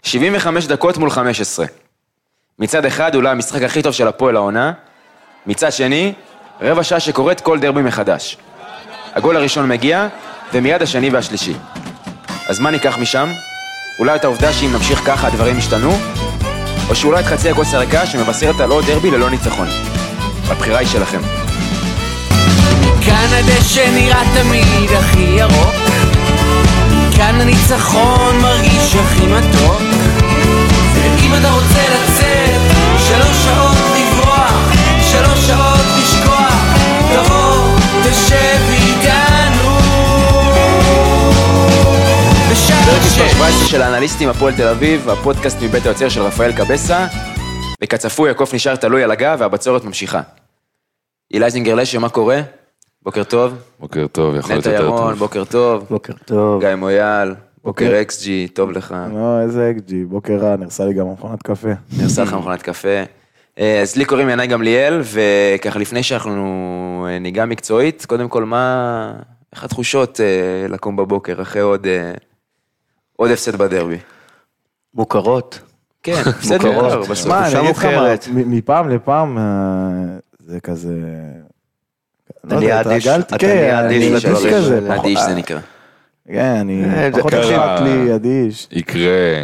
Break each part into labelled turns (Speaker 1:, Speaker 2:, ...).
Speaker 1: 75 דקות מול 15. מצד אחד אולי המשחק הכי טוב של הפועל העונה, מצד שני, רבע שעה שקורית כל דרבי מחדש. הגול הראשון מגיע, ומיד השני והשלישי. אז מה ניקח משם? אולי את העובדה שאם נמשיך ככה הדברים ישתנו, או שאולי את חצי הכוס הריקה שמבשרת על עוד דרבי ללא ניצחון. הבחירה היא שלכם.
Speaker 2: כאן הדשא נראה תמיד הכי ירוק, כאן הניצחון מרגיש הכי מתוק, ואם אתה רוצה לצאת 3 שעות לברוח, 3 שעות לשכוח, תבוא תשב איתנו בשעה 6.
Speaker 1: 17 של האנליסטים הפועל תל אביב, הפודקאסט מבית היוצר של רפאל קבסה, וכצפוי הקוף נשאר תלוי על הגב והבצורת ממשיכה. אילי זינגר לשם, מה קורה? בוקר טוב.
Speaker 3: בוקר טוב, יכול להיות
Speaker 1: נטע
Speaker 3: יותר
Speaker 1: ירון,
Speaker 3: טוב.
Speaker 1: בוקר טוב.
Speaker 4: בוקר טוב.
Speaker 1: גיא מויאל, בוקר XG, טוב לך.
Speaker 4: לא, איזה XG, בוקר רע, נרסה לי גם מכונת קפה.
Speaker 1: נרסה לך מכונת קפה. אז לי קוראים ינאי גמליאל, וככה לפני שאנחנו ניגע מקצועית, קודם כל איך התחושות לקום בבוקר, אחרי עוד הפסד בדרבי?
Speaker 4: מוכרות.
Speaker 1: כן, בסדר.
Speaker 4: מה, אני אגיד לך מה, מפעם לפעם זה כזה...
Speaker 5: אתה נהיה אדיש,
Speaker 1: אדיש זה נקרא.
Speaker 4: כן, אני פחות אכפת לי אדיש.
Speaker 3: יקרה.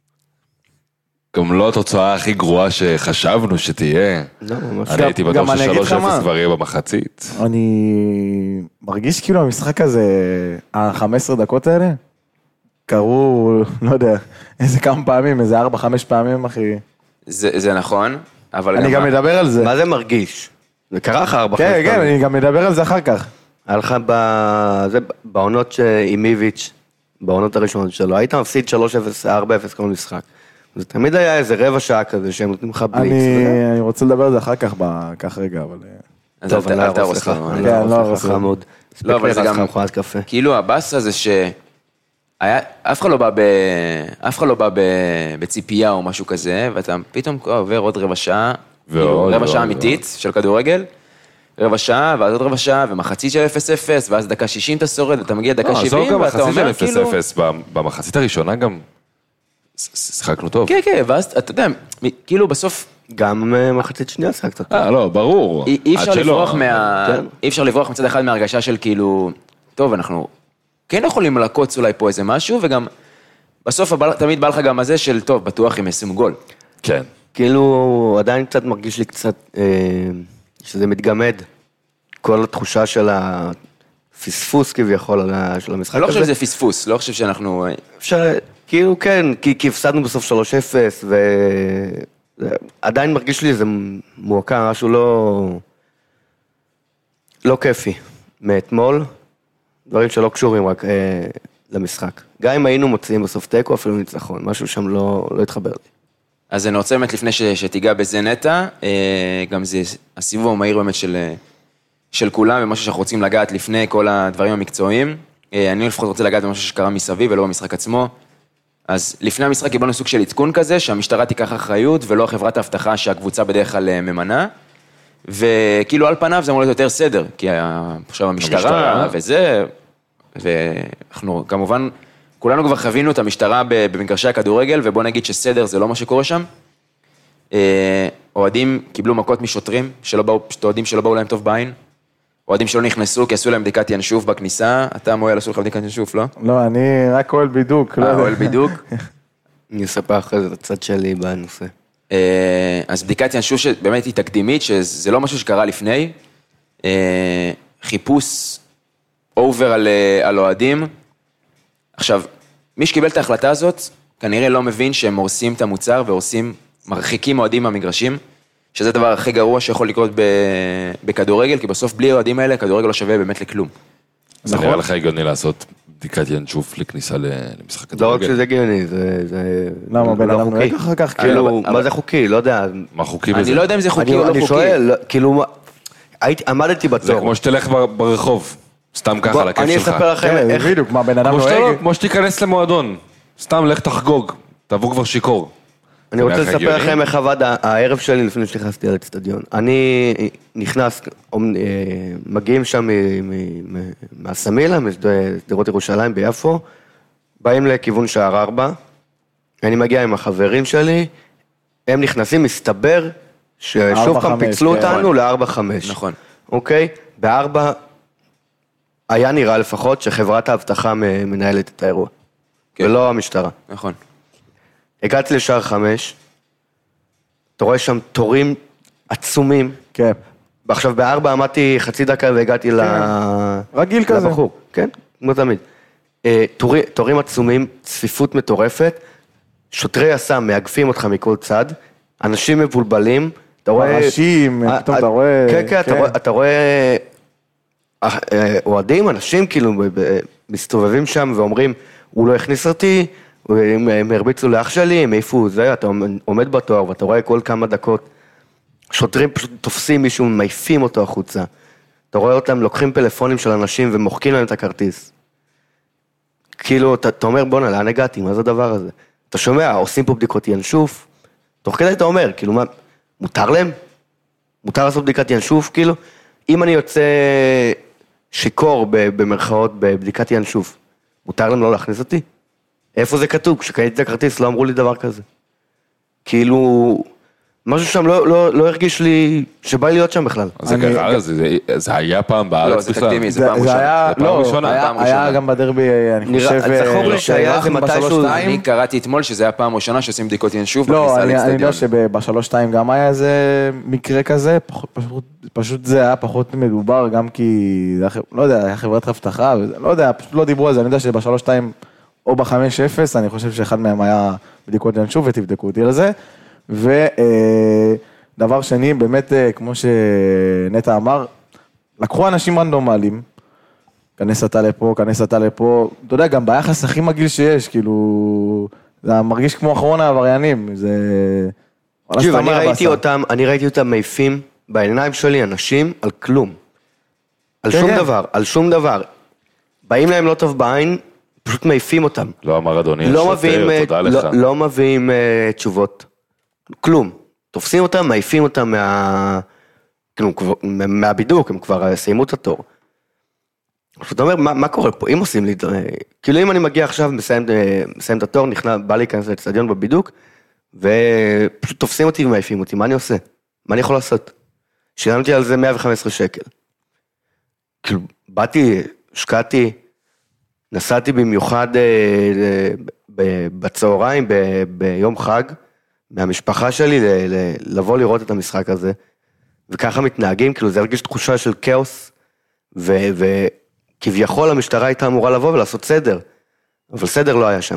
Speaker 3: גם לא התוצאה הכי גרועה שחשבנו שתהיה. אני הייתי בטוח ש3-0 כבר יהיה במחצית.
Speaker 4: אני מרגיש כאילו המשחק הזה, ה-15 דקות האלה, קרו, לא יודע, איזה כמה פעמים, איזה 4-5 פעמים, אחי.
Speaker 1: זה נכון, אבל
Speaker 4: אני גם מדבר על זה.
Speaker 5: מה זה מרגיש? זה קרה לך 4-5
Speaker 4: כן, כן, אני גם מדבר על זה אחר כך.
Speaker 5: היה לך בעונות עם איביץ', בעונות הראשונות שלו, היית מפסיד 3-0, 4-0 כל משחק. זה תמיד היה איזה רבע שעה כזה שהם נותנים לך בליץ.
Speaker 4: אני רוצה לדבר על זה אחר כך, כך רגע, אבל...
Speaker 1: טוב, אל תהרוס לך.
Speaker 5: אני לא ארוס לך מאוד.
Speaker 1: לא, אבל זה גם... כאילו הבאסה זה אף אחד לא בא בציפייה או משהו כזה, ואתה פתאום עובר עוד רבע שעה, רבע שעה אמיתית של כדורגל, רבע שעה, ואז עוד רבע שעה, ומחצית של 0-0, ואז דקה 60 אתה שורד, ואתה מגיע דקה 70, ואתה אומר כאילו...
Speaker 3: במחצית הראשונה גם שיחקנו טוב.
Speaker 1: כן, כן, ואז אתה יודע, כאילו בסוף...
Speaker 5: גם מחצית שנייה שיחקת טוב.
Speaker 3: לא, ברור.
Speaker 1: אי אפשר לברוח מצד אחד מהרגשה של כאילו, טוב, אנחנו כן יכולים לקוץ אולי פה איזה משהו, וגם בסוף תמיד בא לך גם הזה של, טוב, בטוח עם ישים גול.
Speaker 3: כן.
Speaker 5: כאילו, עדיין קצת מרגיש לי קצת, שזה מתגמד, כל התחושה של הפספוס כביכול של המשחק הזה.
Speaker 1: אני לא חושב שזה פספוס, לא חושב שאנחנו...
Speaker 5: אפשר, כאילו כן, כי הפסדנו בסוף 3-0, ועדיין מרגיש לי איזה מועקה, משהו לא כיפי. מאתמול, דברים שלא קשורים רק למשחק. גם אם היינו מוצאים בסוף תיקו, אפילו ניצחון, משהו שם לא התחבר לי.
Speaker 1: אז אני רוצה באמת לפני שתיגע בזה נטע, גם זה הסיבוב המהיר באמת של כולם, ומשהו שאנחנו רוצים לגעת לפני כל הדברים המקצועיים. אני לפחות רוצה לגעת במשהו שקרה מסביב ולא במשחק עצמו. אז לפני המשחק קיבלנו סוג של עדכון כזה, שהמשטרה תיקח אחריות ולא חברת האבטחה שהקבוצה בדרך כלל ממנה. וכאילו על פניו זה אמור להיות יותר סדר, כי עכשיו המשטרה וזה, ואנחנו כמובן, כולנו כבר חווינו את המשטרה במגרשי הכדורגל, ובוא נגיד שסדר זה לא מה שקורה שם. אוהדים קיבלו מכות משוטרים, אוהדים שלא באו להם טוב בעין, אוהדים שלא נכנסו, כי עשו להם בדיקת ינשוף בכניסה, אתה מויאל עשו לך בדיקת ינשוף, לא?
Speaker 4: לא, אני רק אוהל בידוק.
Speaker 1: אוהל בידוק?
Speaker 5: אני אספר אחרי זה את הצד שלי בנושא.
Speaker 1: אז בדיקת ינשוף שבאמת היא תקדימית, שזה לא משהו שקרה לפני, חיפוש אובר על אוהדים. עכשיו, מי שקיבל את ההחלטה הזאת, כנראה לא מבין שהם הורסים את המוצר, מרחיקים אוהדים מהמגרשים, שזה הדבר הכי גרוע שיכול לקרות בכדורגל, כי בסוף בלי האוהדים האלה, הכדורגל לא שווה באמת לכלום.
Speaker 3: זה נראה לך הגיוני לעשות בדיקת ינשוף לכניסה למשחק כדורגל?
Speaker 5: לא רק שזה הגיוני, זה...
Speaker 4: למה, בן אדם נוהג אחר כך?
Speaker 5: כאילו, מה זה חוקי? לא יודע.
Speaker 3: מה חוקי בזה?
Speaker 1: אני לא יודע אם זה חוקי או לא חוקי.
Speaker 5: אני שואל, כאילו, עמדתי בתור.
Speaker 3: זה כמו שתלך ברחוב, סתם ככה לכיף שלך.
Speaker 5: אני אספר לכם איך...
Speaker 4: בדיוק, מה בן אדם נוהג?
Speaker 3: כמו שתיכנס למועדון, סתם לך תחגוג, תבוא כבר שיקור.
Speaker 5: אני רוצה לספר לכם איך עבד הערב שלי לפני שנכנסתי לאצטדיון. אני נכנס, מגיעים שם מהסמילה, משדרות ירושלים ביפו, באים לכיוון שער 4, אני מגיע עם החברים שלי, הם נכנסים, מסתבר ששוב פעם פיצלו אותנו ל-4-5.
Speaker 1: נכון.
Speaker 5: אוקיי? ב-4 היה נראה לפחות שחברת האבטחה מנהלת את האירוע. ולא המשטרה.
Speaker 1: נכון.
Speaker 5: הגעתי לשער 5, אתה רואה שם תורים עצומים.
Speaker 4: כן.
Speaker 5: ועכשיו ב-4 עמדתי חצי דקה והגעתי
Speaker 4: רגיל כזה.
Speaker 5: לבחור. כן, כמו תמיד. תורים עצומים, צפיפות מטורפת, שוטרי יס"מ מאגפים אותך מכל צד, אנשים מבולבלים, אתה רואה...
Speaker 4: אנשים, פתאום אתה רואה...
Speaker 5: כן, אתה רואה אוהדים, אנשים כאילו מסתובבים שם ואומרים, הוא לא הכניס אותי, הם הרביצו לאח שלי, הם העיפו זה, אתה עומד בתואר ואתה רואה כל כמה דקות, שוטרים פשוט תופסים מישהו, מעיפים אותו החוצה, אתה רואה אותם לוקחים פלאפונים של אנשים ומוחקים להם את הכרטיס. כאילו, אתה אומר, בונה, לאן הגעתי? מה זה הדבר הזה? אתה שומע, עושים פה בדיקות ינשוף, תוך כדי אתה אומר, כאילו, מה, מותר להם? מותר לעשות בדיקת ינשוף, כאילו? אם אני יוצא שיקור במרכאות בבדיקת ינשוף, מותר להם לא להכניס אותי? איפה זה כתוב? כשקניתי את הכרטיס לא אמרו לי דבר כזה. כאילו, משהו שם לא הרגיש לי שבא לי להיות שם בכלל.
Speaker 3: זה קרה, זה היה פעם בארץ בכלל.
Speaker 1: לא, זה תקדימי, זה פעם ראשונה.
Speaker 4: לא, היה גם בדרבי, אני חושב...
Speaker 5: זכור לי שהיה איזה מתישהו...
Speaker 1: אני קראתי אתמול שזה היה פעם ראשונה שעושים בדיקות ינשוף
Speaker 4: לא,
Speaker 1: בכניסה לאצטדיון.
Speaker 4: אני יודע שב3-2 גם היה איזה מקרה כזה, פשוט זה היה פחות מדובר, גם כי, לא יודע, היה חברת אבטחה, לא יודע, פשוט לא דיברו על זה, אני יודע שב3-2 או ב5-0, אני חושב שאחד מהם היה בדיקות ינשוף, ותבדקו אותי על זה. ודבר שני, באמת, כמו שנטע אמר, לקחו אנשים רנדומליים, כנס אתה לפה, אתה יודע, גם ביחס הכי מגעיל שיש, כאילו, זה מרגיש כמו אחרון העבריינים, זה...
Speaker 5: תשוב, אני ראיתי אותם מעיפים בעיניים שלי אנשים על כלום, על שום דבר, באים להם לא טוב בעין, פשוט מעיפים אותם.
Speaker 3: לא אמר אדוני, השוטר, תודה לך.
Speaker 5: לא מביאים תשובות. כלום. תופסים אותם, מעיפים אותם מהבידוק, הם כבר סיימו את התור. אתה אומר, מה קורה פה? אם עושים לי, כאילו אם אני מגיע עכשיו, מסיים את התור, בא להיכנס לאצטדיון בבידוק, ופשוט תופסים אותי ומעיפים אותי, מה אני עושה? מה אני יכול לעשות? שילמתי על זה 115 שקל. כאילו, באתי, השקעתי, נסעתי במיוחד בצהריים, ביום חג, מהמשפחה שלי לבוא לראות את המשחק הזה, וככה מתנהגים, כאילו זה הרגיש תחושה של כאוס, וכביכול המשטרה הייתה אמורה לבוא ולעשות סדר, אבל סדר לא היה שם.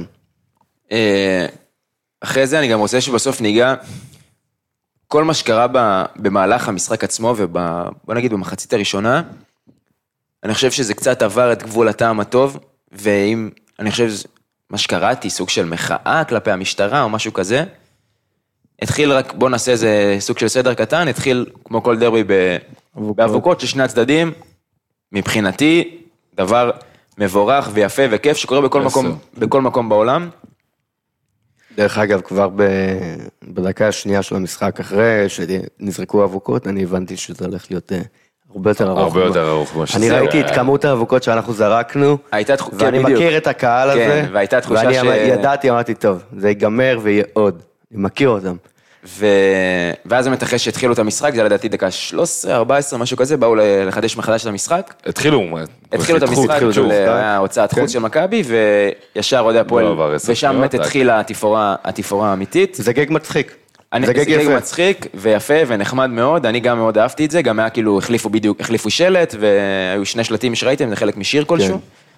Speaker 1: אחרי זה אני גם רוצה שבסוף ניגע, כל מה שקרה במהלך המשחק עצמו, ובוא נגיד במחצית הראשונה, אני חושב שזה קצת עבר את גבול הטעם הטוב, ואם אני חושב מה שקראתי, סוג של מחאה כלפי המשטרה או משהו כזה, התחיל רק, בוא נעשה איזה סוג של סדר קטן, התחיל כמו כל דרבי באבוקות של שני הצדדים, מבחינתי דבר מבורך ויפה וכיף שקורה בכל מקום בעולם.
Speaker 5: דרך אגב, כבר בדקה השנייה של המשחק אחרי שנזרקו אבוקות, אני הבנתי שזה הולך להיות הרבה יותר ארוך.
Speaker 3: הרבה יותר ארוך.
Speaker 5: אני ראיתי את כמות האבוקות שאנחנו זרקנו, ואני מכיר את הקהל הזה, ואני ידעתי, אמרתי, טוב, זה ייגמר ויהיה עוד. אני מכיר אותם.
Speaker 1: ואז באמת אחרי שהתחילו את המשחק, זה היה לדעתי דקה 13, 14, משהו כזה, באו לחדש מחדש את המשחק.
Speaker 3: התחילו
Speaker 1: את המשחק, זה היה הוצאת חוץ של מכבי, וישר עוד הפועל, ושם באמת התחילה התפאורה האמיתית.
Speaker 5: זה גג מצחיק.
Speaker 1: זה גג מצחיק ויפה ונחמד מאוד, אני גם מאוד אהבתי את זה, גם היה כאילו החליפו שלט, והיו שני שלטים שראיתם, זה חלק משיר כלשהו.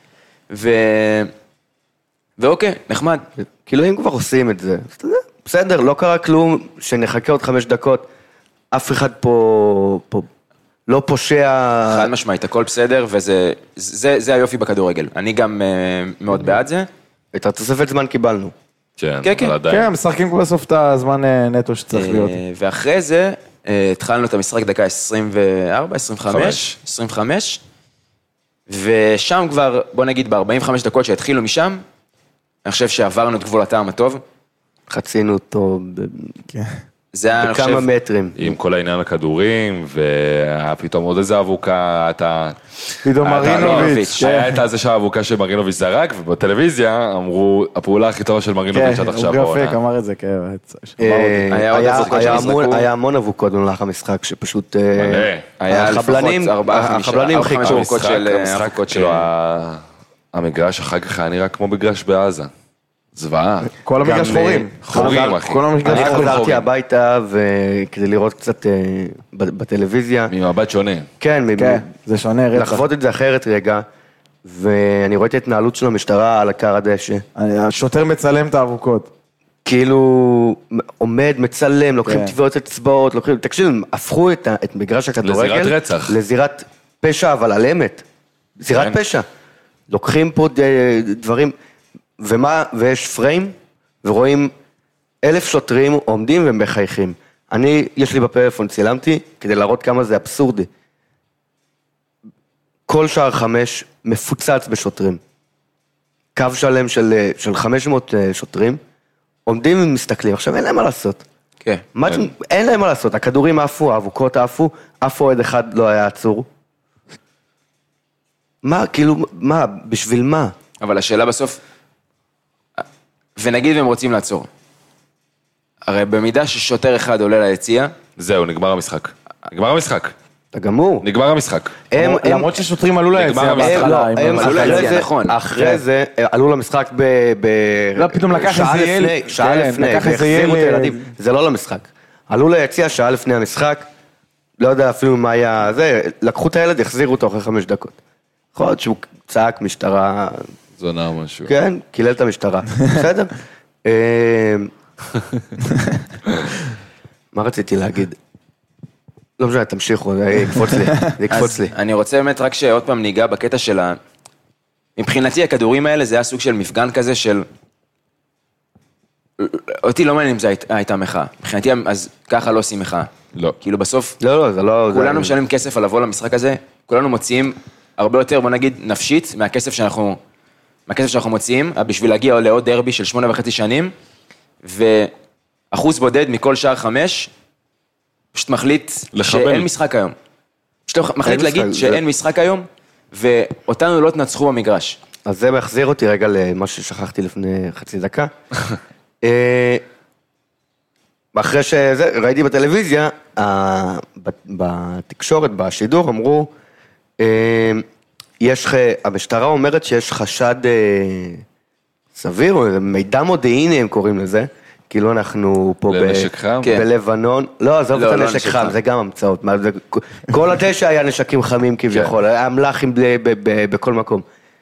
Speaker 1: ואוקיי, נחמד.
Speaker 5: כאילו אם כבר עושים את זה, בסדר, לא קרה כלום, שנחכה עוד 5 דקות, אף אחד פה לא פושע.
Speaker 1: חד משמעית, הכל בסדר, וזה היופי בכדורגל. אני גם מאוד בעד זה.
Speaker 5: את התוספת זמן קיבלנו.
Speaker 3: כן,
Speaker 4: כן, משחקים כבר בסוף את הזמן נטו שצריך להיות.
Speaker 1: ואחרי זה, התחלנו את המשחק דקה 24, 25, ושם כבר, בוא נגיד, ב-45 דקות שהתחילו משם, אני חושב שעברנו את גבול הטעם הטוב.
Speaker 5: חצינו אותו.
Speaker 1: זה היה, אני חושב...
Speaker 5: בכמה מטרים.
Speaker 3: עם כל העניין הכדורים, והיה פתאום עוד איזה אבוקה,
Speaker 4: פתאום מרינוביץ'.
Speaker 3: היה את הזה שהאבוקה של מרינוביץ' זרק, ובטלוויזיה אמרו, הפעולה הכי טובה של מרינוביץ' עד עכשיו בעונה.
Speaker 4: כן, הוא גרפק אמר את זה, כן.
Speaker 5: היה המון אבוקות במהלך המשחק, שפשוט...
Speaker 1: היה
Speaker 5: החבלנים חיכו.
Speaker 3: המשחק שלו, המגרש אחר כך היה נראה כמו מגרש בעזה. זוועה.
Speaker 4: כל המגרש חורים.
Speaker 3: חורים, אחי.
Speaker 5: אני חזרתי הביתה כדי לראות קצת בטלוויזיה.
Speaker 3: ממבט שונה.
Speaker 5: כן,
Speaker 4: זה שונה רצח.
Speaker 5: לחוות את זה אחרת רגע, ואני רואה את ההתנהלות של המשטרה על הקר הדשא.
Speaker 4: השוטר מצלם את האבוקות.
Speaker 5: כאילו עומד, מצלם, לוקחים טביעות אצבעות, תקשיב, הפכו את מגרש הכדורגל.
Speaker 3: לזירת רצח.
Speaker 5: לזירת פשע, אבל על אמת. זירת פשע. לוקחים פה דברים... ויש פריים, ורואים 1,000 שוטרים עומדים ומחייכים. יש לי בפלאפון, צילמתי, כדי להראות כמה זה אבסורדי. כל שער 5 מפוצץ בשוטרים. קו שלם של 500 שוטרים, עומדים ומסתכלים. עכשיו, אין להם מה לעשות.
Speaker 1: כן.
Speaker 5: אין להם מה לעשות. הכדורים עפו, האבוקות עפו, אף אוהד אחד לא היה עצור. מה, כאילו, מה, בשביל מה?
Speaker 1: אבל השאלה בסוף... ונגיד והם רוצים לעצור. הרי במידה ששוטר אחד עולה ליציאה...
Speaker 3: זהו, נגמר המשחק. נגמר המשחק.
Speaker 5: אתה גמור.
Speaker 3: נגמר המשחק.
Speaker 4: למרות ששוטרים עלו ליציאה בהתחלה.
Speaker 5: אחרי זה עלו למשחק
Speaker 4: פתאום לקח איזה ילד.
Speaker 5: שעה לפני, והחזירו את הילדים. זה לא למשחק. עלו ליציאה שעה לפני המשחק, לא יודע אפילו מה היה זה, לקחו את הילד, החזירו אותו אחרי 5 דקות. יכול להיות שהוא צעק משטרה...
Speaker 3: זונה או משהו.
Speaker 5: כן, קילל את המשטרה. בסדר? מה רציתי להגיד? לא משנה, תמשיכו, זה יקפוץ לי.
Speaker 1: אני רוצה באמת רק שעוד פעם ניגע בקטע של מבחינתי הכדורים האלה זה היה סוג של מפגן כזה של... אותי לא מעניין אם זה הייתה מחאה. מבחינתי אז ככה לא עושים מחאה.
Speaker 3: לא.
Speaker 1: כאילו בסוף...
Speaker 5: לא, זה לא...
Speaker 1: כולנו משלמים כסף על לבוא למשחק הזה, כולנו מוציאים הרבה יותר, בוא נגיד, נפשית, מהכסף שאנחנו מוציאים, בשביל להגיע לעוד דרבי של 8.5 שנים, ואחוז בודד מכל שער 5, פשוט מחליט שאין משחק היום. פשוט מחליט להגיד שאין משחק היום, ואותנו לא תנצחו במגרש.
Speaker 5: אז זה מחזיר אותי רגע למה ששכחתי לפני חצי דקה. אחרי שזה, ראיתי בטלוויזיה, בתקשורת, בשידור, אמרו, המשטרה אומרת שיש חשד סביר, מידע מודיעיני הם קוראים לזה, כאילו אנחנו פה בלבנון, לא, עזוב את הנשק חם, זה גם המצאות, כל הדשא היה נשקים חמים כביכול, היה אמל"חים בכל מקום,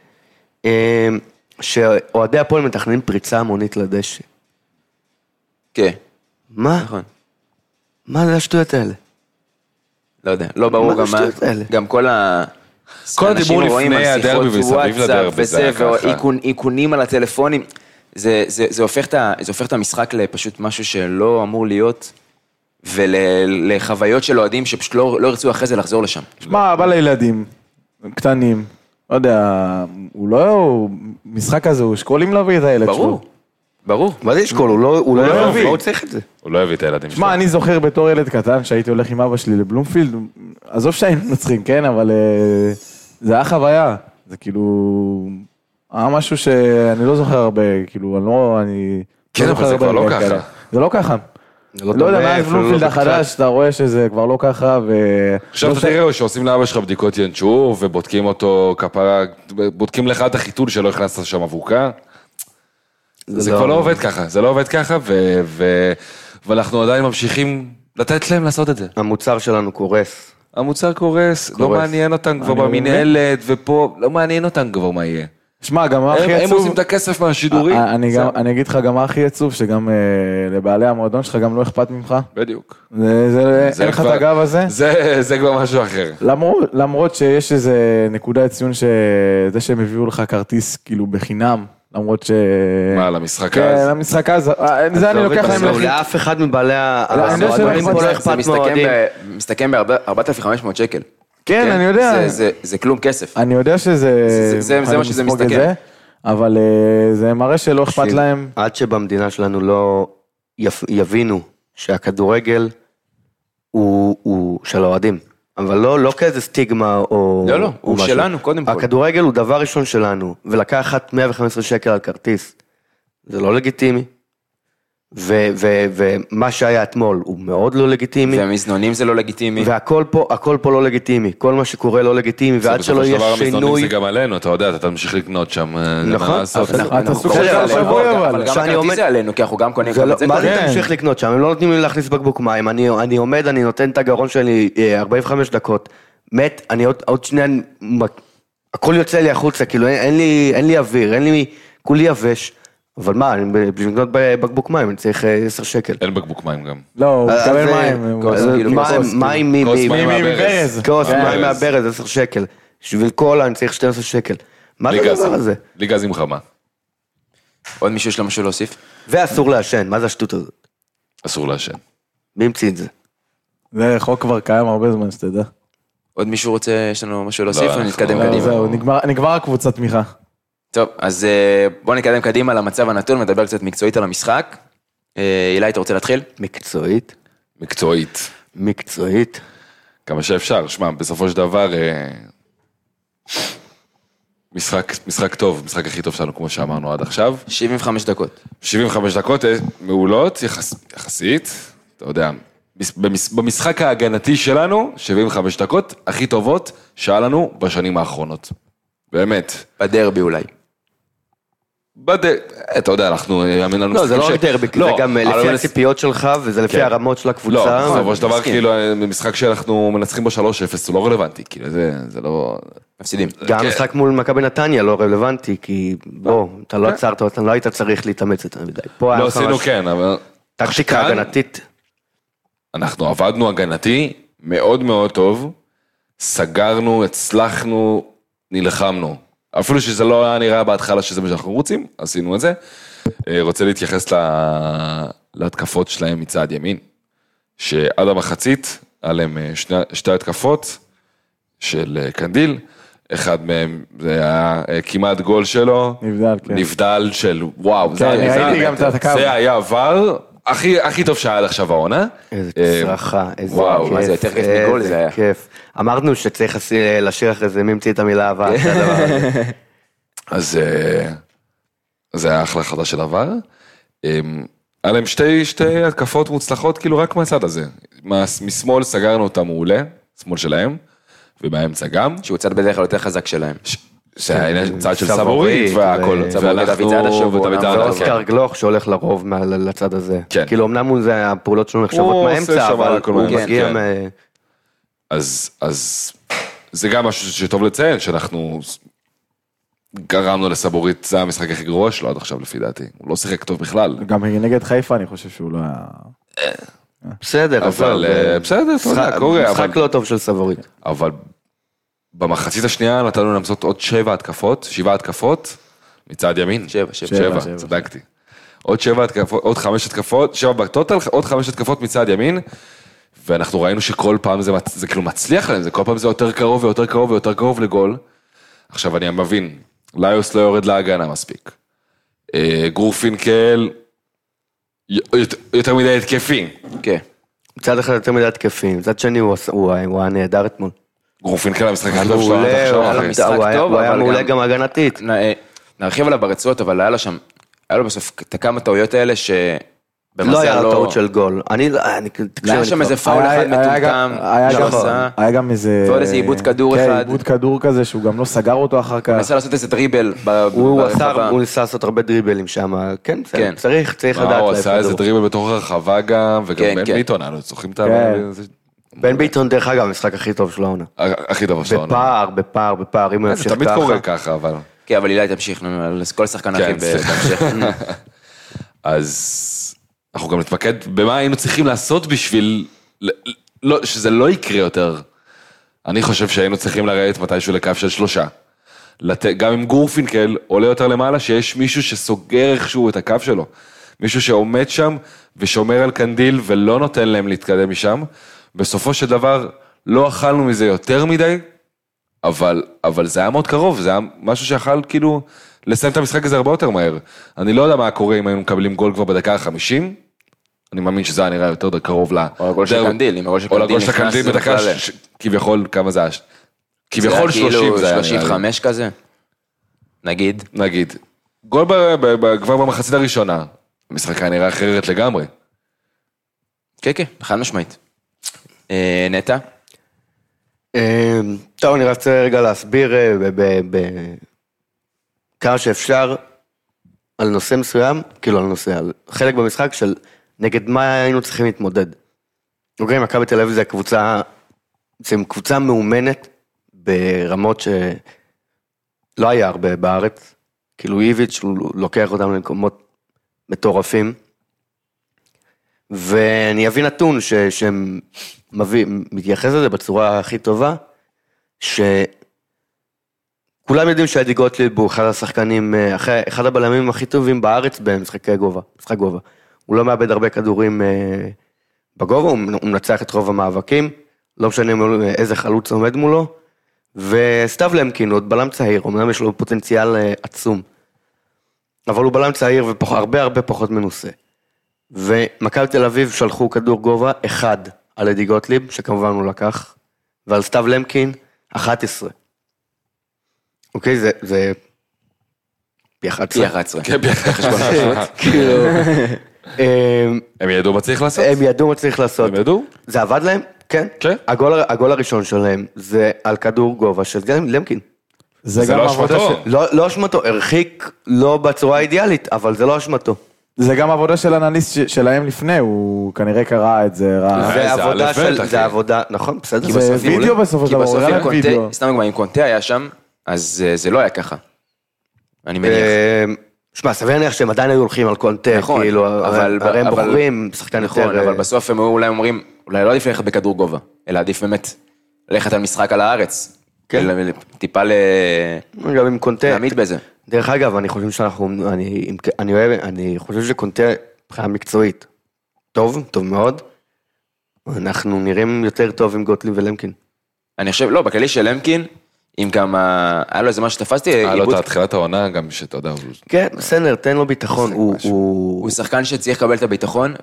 Speaker 5: שאוהדי הפועל מתכננים פריצה המונית לדשא.
Speaker 1: כן.
Speaker 5: מה? מה זה השטויות האלה?
Speaker 1: לא יודע, לא ברור גם כל
Speaker 3: הדיבור לפני הדרבי וסביב לדרבי, זה היה ככה.
Speaker 1: ואיכונים על הטלפונים, זה הופך את המשחק לפשוט משהו שלא אמור להיות, ולחוויות של אוהדים שפשוט לא ירצו אחרי זה לחזור לשם.
Speaker 4: שמע, בא לילדים קטנים, לא יודע, הוא לא, משחק הזה, הוא שקולים להביא את הילד שלו.
Speaker 1: ברור.
Speaker 5: מה זה ישקול? הוא לא יביא. הוא צריך את זה.
Speaker 3: הוא לא יביא את הילדים שלו.
Speaker 4: שמע, אני זוכר בתור ילד קטן שהייתי הולך עם אבא שלי לבלומפילד, עזוב שהיינו נצחים, כן, אבל זה היה חוויה. זה כאילו, היה משהו שאני לא זוכר הרבה, כאילו, אני
Speaker 3: כן, אבל זה כבר לא ככה.
Speaker 4: זה לא ככה. לא יודע, מאז בלומפילד החדש, אתה רואה שזה כבר לא ככה,
Speaker 3: עכשיו תראה שעושים לאבא שלך בדיקות ינשור, ובודקים אותו כפרה, בודקים לך את החיתול שלא הכנסת שם אבוקה. זה כבר לא עובד ככה, זה לא עובד ככה, ואנחנו עדיין ממשיכים לתת להם לעשות את זה.
Speaker 5: המוצר שלנו קורס.
Speaker 3: המוצר קורס, לא מעניין אותם כבר במנהלת, ופה לא מעניין אותם כבר מה יהיה.
Speaker 4: שמע, גם מה הכי עצוב...
Speaker 3: הם עושים את הכסף מהשידורים.
Speaker 4: אני אגיד לך גם מה הכי עצוב, שגם לבעלי המועדון שלך גם לא אכפת ממך.
Speaker 3: בדיוק.
Speaker 4: אין לך את הגב הזה.
Speaker 3: זה כבר משהו אחר.
Speaker 4: למרות שיש איזה נקודה ציון שזה שהם הביאו לך כרטיס כאילו בחינם, למרות ש...
Speaker 3: מה, למשחק
Speaker 4: אז?
Speaker 3: כן,
Speaker 4: למשחק אז. זה אני לוקח להם
Speaker 5: לחינם. לאף אחד מבעלי המועדונים פה לא אכפת מהאוהדים.
Speaker 1: זה מסתכם ב-4,500 שקל.
Speaker 4: כן, אני יודע.
Speaker 1: זה כלום כסף.
Speaker 4: אני יודע שזה...
Speaker 1: זה מה שזה מסתכל.
Speaker 4: אבל זה מראה שלא אכפת להם.
Speaker 5: עד שבמדינה שלנו לא יבינו שהכדורגל הוא של האוהדים, אבל לא כאיזה סטיגמה או...
Speaker 1: לא, הוא
Speaker 5: משהו.
Speaker 1: שלנו, קודם כל.
Speaker 5: הכדורגל הוא דבר ראשון שלנו, ולקחת 115 שקל על כרטיס, זה לא לגיטימי. ומה שהיה אתמול הוא מאוד לא לגיטימי.
Speaker 1: והמזנונים זה לא לגיטימי.
Speaker 5: והכל פה לא לגיטימי. כל מה שקורה לא לגיטימי, ועד שלא יהיה
Speaker 3: בסופו של דבר המזנונים
Speaker 5: שינוי...
Speaker 3: זה גם עלינו, אתה יודע, אתה תמשיך לקנות שם.
Speaker 5: נכון.
Speaker 4: אתה סוג
Speaker 1: אבל
Speaker 4: של
Speaker 1: גם
Speaker 4: שבוי, אבל.
Speaker 1: הכרטיס זה עלינו, כי אנחנו גם קונים גם את זה.
Speaker 5: מה זה
Speaker 4: כן.
Speaker 5: תמשיך לקנות שם? הם לא נותנים לי להכניס בקבוק מים, אני עומד, אני נותן את הגרון שלי 45 דקות, מת, אני עוד שנייה, הכל יוצא לי החוצה, כאילו אין לי אוויר, אין לי, כולי יבש, אבל מה, בשביל לקנות בקבוק מים, אני צריך 10 שקל.
Speaker 3: אין בקבוק מים גם.
Speaker 4: לא, הוא מקבל מים.
Speaker 5: מים
Speaker 3: כוס מים
Speaker 4: מברז.
Speaker 5: כוס מים מהברז, 10 שקל. בשביל קולה אני צריך 12 שקל. מה זה הדבר הזה?
Speaker 3: בלי גז עם חמה.
Speaker 1: עוד מישהו יש לו משהו להוסיף?
Speaker 5: ואסור לעשן, מה זה השטות הזאת?
Speaker 3: אסור לעשן.
Speaker 5: מי המציא את זה?
Speaker 4: זה חוק כבר קיים הרבה זמן, שתדע.
Speaker 1: עוד מישהו רוצה, יש לנו משהו להוסיף,
Speaker 3: לא,
Speaker 1: ונתקדם
Speaker 3: אנחנו-
Speaker 1: קדימה.
Speaker 4: זהו, נגמר הקבוצת תמיכה.
Speaker 1: טוב, אז בואו נתקדם קדימה למצב הנתון, מדבר קצת מקצועית על המשחק. אילי, אתה רוצה להתחיל?
Speaker 3: מקצועית.
Speaker 5: מקצועית.
Speaker 3: כמה שאפשר. שמע, בסופו של דבר, משחק טוב, משחק הכי טוב שלנו, כמו שאמרנו עד עכשיו.
Speaker 1: 75 דקות.
Speaker 3: 75 דקות מעולות, יחסית, אתה יודע, במשחק ההגנתי שלנו, 75 דקות הכי טובות שהיה לנו בשנים האחרונות. באמת.
Speaker 1: בדרבי אולי.
Speaker 3: אתה יודע, אנחנו...
Speaker 5: לא, זה לא רק דרבי, זה גם לפי הציפיות שלך, וזה לפי הרמות של הקבוצה.
Speaker 3: לא, בסופו של דבר, כאילו, משחק שאנחנו מנצחים בו 3-0, הוא לא רלוונטי, כאילו, זה לא...
Speaker 1: מפסידים.
Speaker 5: גם משחק מול מכבי נתניה לא רלוונטי, כי בוא, אתה לא עצרת, אתה לא היית צריך להתאמץ יותר מדי.
Speaker 3: לא עשינו כן, אבל...
Speaker 5: טקטיקה הגנתית.
Speaker 3: אנחנו עבדנו הגנתי מאוד מאוד טוב, סגרנו, הצלחנו, נלחמנו. אפילו שזה לא היה נראה בהתחלה שזה מה שאנחנו רוצים, עשינו את זה. רוצה להתייחס להתקפות שלהם מצד ימין, שעד המחצית, עליהם שתי התקפות של קנדיל, אחד מהם זה היה כמעט גול שלו, נבדל של וואו, זה היה עבר, הכי טוב שהיה עד עכשיו העונה.
Speaker 5: איזה צרחה, איזה
Speaker 1: וואו,
Speaker 5: כיף.
Speaker 1: מה זה יותר כיף מגול זה היה.
Speaker 5: כיף. אמרנו שצריך לשיר אחרי זה, מי המציא את המילה אהבה.
Speaker 3: אז זה היה אחלה חדש של עבר. היה להם שתי התקפות מוצלחות, כאילו רק מהצד הזה. משמאל סגרנו אותם מעולה, שמאל שלהם, ומהאמצע גם.
Speaker 1: שהוא צד בדרך כלל יותר חזק שלהם.
Speaker 3: זה היה צד של סבורית והכל.
Speaker 5: ואוסקר גלוך שהולך לרוב לצד הזה.
Speaker 3: כן.
Speaker 5: כאילו אמנם זה הפעולות שלנו נחשבות מהאמצע, אבל הוא מגיע מ...
Speaker 3: אז זה גם משהו שטוב לציין, שאנחנו גרמנו לסבורית, זה המשחק הכי גרוע שלו עד עכשיו לפי דעתי. הוא לא שיחק טוב בכלל.
Speaker 4: גם נגד חיפה אני חושב שהוא לא היה...
Speaker 5: בסדר,
Speaker 3: אבל בסדר, אתה יודע, קורה.
Speaker 5: משחק לא טוב של סבורית.
Speaker 3: אבל במחצית השנייה נתנו לעשות עוד 7 התקפות, מצד ימין. 7, צדקתי. עוד 7 התקפות, עוד 5 התקפות, 7 בטוטל, עוד 5 התקפות מצד ימין, ואנחנו ראינו שכל פעם זה כאילו מצליח להם, כל פעם זה יותר קרוב ויותר קרוב ויותר קרוב לגול. עכשיו אני מבין, ליוס לא יורד להגנה מספיק. גרופינקל, יותר מדי התקפים.
Speaker 1: כן.
Speaker 5: מצד אחד יותר מדי התקפים, מצד שני הוא היה נהדר אתמול.
Speaker 3: גרופינקל המשחק הטוב שלו.
Speaker 5: הוא היה מעולה גם הגנתית.
Speaker 1: נרחיב עליו ברצועות, אבל היה לו בסוף את כמה טעויות האלה
Speaker 5: לא היה לו טעות של גול.
Speaker 1: היה שם איזה פאול אחד מטומטם,
Speaker 4: היה גם איזה...
Speaker 1: ועוד איזה עיבוד כדור אחד.
Speaker 4: עיבוד כדור כזה, שהוא גם לא סגר אותו אחר כך.
Speaker 1: הוא נסה לעשות איזה דריבל
Speaker 5: ברחבה. הוא ניסה לעשות הרבה דריבלים שם, כן, צריך לדעת.
Speaker 3: הוא עשה איזה דריבל בתוך הרחבה גם, וגם בן ביטון, אנחנו צריכים את ה...
Speaker 5: בן ביטון דרך אגב, המשחק הכי טוב של העונה.
Speaker 3: הכי טוב של העונה.
Speaker 5: בפער, אם הוא ימשיך ככה.
Speaker 3: זה תמיד קורה ככה, אבל...
Speaker 1: כן, אבל אילי תמשיך, כל שחקן אחי בהמשך.
Speaker 3: אז אנחנו גם נתמקד במה היינו צריכים לעשות בשביל שזה לא יקרה יותר. אני חושב שהיינו צריכים לרדת מתישהו לקו של 3. גם עם גורפינקל עולה יותר למעלה, שיש מישהו שסוגר איכשהו את הקו שלו. מישהו שעומד שם ושומר על קנדיל ולא נותן להם להתקדם משם. בסופו של דבר לא אכלנו מזה יותר מדי, אבל זה היה מאוד קרוב, זה היה משהו שיכל כאילו לסיים את המשחק הזה הרבה יותר מהר. אני לא יודע מה קורה אם היינו מקבלים גול כבר בדקה ה-50, אני מאמין שזה היה נראה יותר קרוב
Speaker 1: או לגול של קנדיל, אם הגול של קנדיל
Speaker 3: נכנס, קנדיל בדקה, כביכול, כמה זה היה? כביכול 30 זה היה.
Speaker 1: 35 כזה? נגיד.
Speaker 3: גול כבר במחצית הראשונה, המשחק היה נראה אחרת לגמרי.
Speaker 1: כן, חד משמעית. נטע?
Speaker 5: טוב, אני רוצה רגע להסביר כמה שאפשר על נושא מסוים, כאילו על נושא, על חלק במשחק של נגד מה היינו צריכים להתמודד. אוקיי, מכבי תל אביב זה קבוצה מאומנת ברמות שלא היה הרבה בארץ, כאילו איביץ' הוא לוקח אותם למקומות מטורפים, ואני אביא נתון שמתייחס לזה בצורה הכי טובה, שכולם יודעים שאדי גוטליב הוא אחד השחקנים, אחד הבלמים הכי טובים בארץ במשחק גובה. הוא לא מאבד הרבה כדורים בגובה, הוא מנצח את רוב המאבקים, לא משנה איזה חלוץ עומד מולו, וסתיו למקין, עוד בלם צעיר, אמנם יש לו פוטנציאל עצום, אבל הוא בלם צעיר והרבה פחות מנוסה. ומכבי תל אביב שלחו כדור גובה 1 על אדי גוטליב, שכמובן הוא לקח, ועל סתיו למקין 11. אוקיי, זה פי 11.
Speaker 1: פי 11.
Speaker 3: כן, הם ידעו מה צריך לעשות?
Speaker 5: הם ידעו מה צריך לעשות.
Speaker 3: הם ידעו?
Speaker 5: זה עבד להם? כן. הגול הראשון שלהם זה על כדור גובה של למקין.
Speaker 3: זה לא אשמתו.
Speaker 5: לא אשמתו, הרחיק לא בצורה אידיאלית, אבל זה לא אשמתו.
Speaker 4: זה גם עבודה של אנליסט שלהם לפני, הוא כנראה קרא את זה.
Speaker 5: זה עבודה, נכון, בסדר.
Speaker 4: זה וידאו בסופו של דבר,
Speaker 1: סתם דוגמה, אם קונטה היה שם, אז זה לא היה ככה. אני מניח.
Speaker 5: שמע, סביר להניח שהם עדיין היו הולכים על קונטה, כאילו, הרי הם בוחרים שחקן יותר.
Speaker 1: אבל בסוף הם אולי אומרים, אולי לא עדיף ללכת בכדור גובה, אלא עדיף באמת ללכת על משחק על הארץ. טיפה
Speaker 5: גם עם קונטה.
Speaker 1: להעמיד בזה.
Speaker 5: דרך אגב, אני חושב אני חושב שקונטה מבחינה מקצועית טוב מאוד. אנחנו נראים יותר טוב עם גוטליב ולמקין.
Speaker 1: אני חושב, לא, בכללי של למקין, אם גם, היה לו איזה מה שתפסתי,
Speaker 3: היה לו את התחילת העונה גם שאתה יודע.
Speaker 5: כן, בסדר, תן לו ביטחון.
Speaker 1: הוא שחקן שצריך לקבל את הביטחון,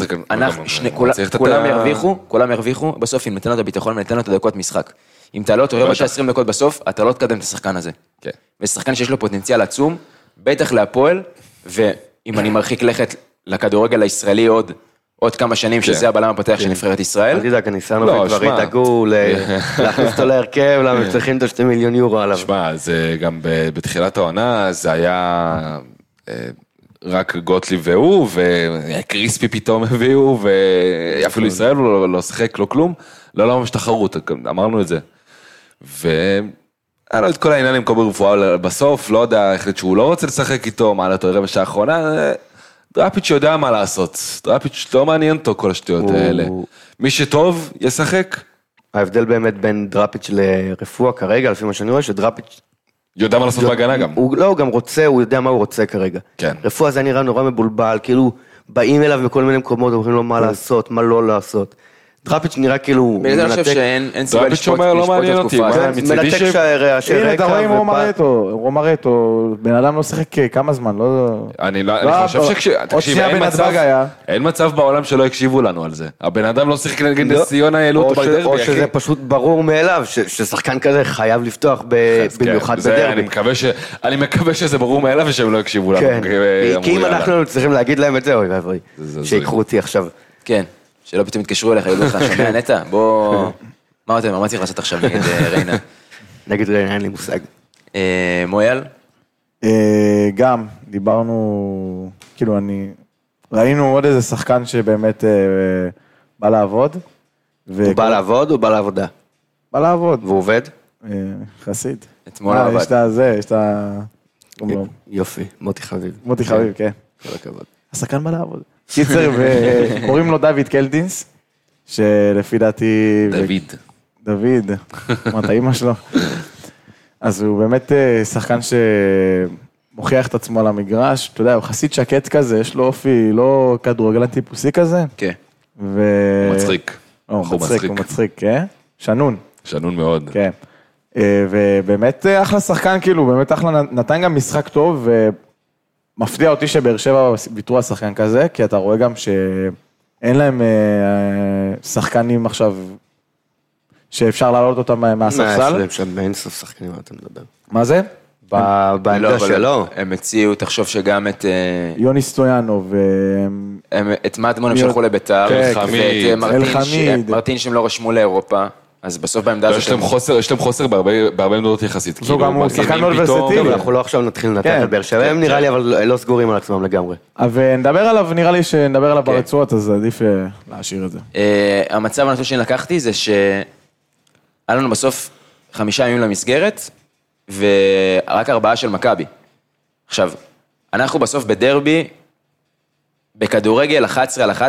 Speaker 1: ואם כולם ירוויחו, בסוף אם ניתן לו את הביטחון וניתן לו את הדקות משחק. אם אתה לא תורא בשעה 20 דקות בסוף, אתה לא תקדם את השחקן הזה. ושחקן שיש לו פוטנציאל עצום, בטח להפועל, ואם אני מרחיק לכת לכדורגל הישראלי עוד כמה שנים, שזה הבלם הפותח של נבחרת ישראל.
Speaker 5: אל תדאג, הניסנוביץ' כבר ידאגו להכניס אותו להרכב, למה הם צריכים את 2 מיליון יורו עליו.
Speaker 3: שמע, זה גם בתחילת העונה, זה היה רק גוטליב והוא, וקריספי פתאום הביאו, ואפילו ישראל לא שחק, לא כלום, לא ממש תחרות, אמרנו את זה. היה לו את כל העניין עם קובר רפואה בסוף, לא יודע, החליט שהוא לא רוצה לשחק איתו, מה לו רבע שעה האחרונה, דראפיץ' יודע מה לעשות, דראפיץ' לא מעניין אותו כל השטויות האלה. מי שטוב, ישחק.
Speaker 5: ההבדל באמת בין דראפיץ' לרפואה כרגע, לפי מה שאני רואה, שדראפיץ'
Speaker 3: יודע מה לעשות בהגנה גם.
Speaker 5: לא, הוא גם רוצה, הוא יודע מה הוא רוצה כרגע. רפואה זה נראה נורא מבולבל, כאילו באים אליו בכל מיני מקומות, אומרים לו מה לעשות, מה לא לעשות. דראפיץ' נראה כאילו...
Speaker 1: בגלל זה אני חושב שאין סיבה לשפוט את התקופה.
Speaker 5: מנתק שהרעשי רקע.
Speaker 4: הנה, אתה רואה עם רומרטו, בן אדם לא שחק כמה זמן, לא...
Speaker 3: אני חושב תקשיב, אין מצב בעולם שלא הקשיבו לנו על זה. הבן אדם לא שחק נגד נס ציונה, העלו אותו בדרבי.
Speaker 5: או שזה פשוט ברור מאליו, ששחקן כזה חייב לפתוח במיוחד בדרבי.
Speaker 3: אני מקווה שזה ברור מאליו ושהם לא הקשיבו לנו.
Speaker 5: כי אם אנחנו צריכים להגיד להם את זה, אוי ואבוי, שיקחו אותי עכשיו.
Speaker 1: כן. שלא פתאום יתקשרו אליך, יגידו לך, שומע נטע, בוא... מה אתם, מה צריך לעשות עכשיו נגד ריינה?
Speaker 5: נגד ריינה, אין לי מושג.
Speaker 1: מויאל?
Speaker 4: גם, דיברנו, כאילו ראינו עוד איזה שחקן שבאמת בא לעבוד.
Speaker 5: הוא בא לעבוד או בא לעבודה?
Speaker 4: בא לעבוד.
Speaker 5: והוא עובד?
Speaker 4: חסיד.
Speaker 1: אתמול עבד.
Speaker 4: יש את זה, יש את ה...
Speaker 5: יופי, מוטי חביב.
Speaker 4: מוטי חביב, כן.
Speaker 5: כל הכבוד.
Speaker 4: השחקן בא לעבוד. קיצר, וקוראים לו דוד קלטינס, שלפי דעתי... דוד, אמרת אמא שלו. אז הוא באמת שחקן שמוכיח את עצמו על המגרש, אתה יודע, הוא חסיד שקט כזה, יש לו אופי לא כדורגלן טיפוסי כזה.
Speaker 1: כן.
Speaker 3: הוא מצחיק.
Speaker 4: הוא מצחיק, כן? שנון.
Speaker 3: שנון מאוד.
Speaker 4: כן. ובאמת אחלה שחקן, כאילו, באמת אחלה, נתן גם משחק טוב, מפתיע אותי שבאר שבע ויתרו על שחקן כזה, כי אתה רואה גם אין להם שחקנים עכשיו שאפשר להעלות אותם מהספסל?
Speaker 5: יש להם אין סוף שחקנים, מה אתה מדבר?
Speaker 4: מה זה?
Speaker 5: בעמדה שלו.
Speaker 1: הם הציעו, תחשוב שגם את...
Speaker 4: יוני סטויאנוב.
Speaker 1: את מדמון הם שלחו לביתר. ואת מרטין שהם לא רשמו לאירופה. אז בסוף בעמדה הזאת...
Speaker 3: יש להם חוסר בהרבה נקודות יחסית.
Speaker 4: זו גם הוא שחקן מאוד ורסטילי.
Speaker 5: אנחנו לא עכשיו נתחיל לנתח את באר שבע, הם נראה לי אבל לא סגורים על עצמם לגמרי.
Speaker 4: ונדבר עליו, נראה לי שנדבר עליו ברצועות, אז עדיף להשאיר את זה.
Speaker 1: המצב הנתון שאני לקחתי זה שהיה לנו בסוף 5 ימים למסגרת, ורק 4 של מכבי. עכשיו, אנחנו בסוף בדרבי, בכדורגל 11-11,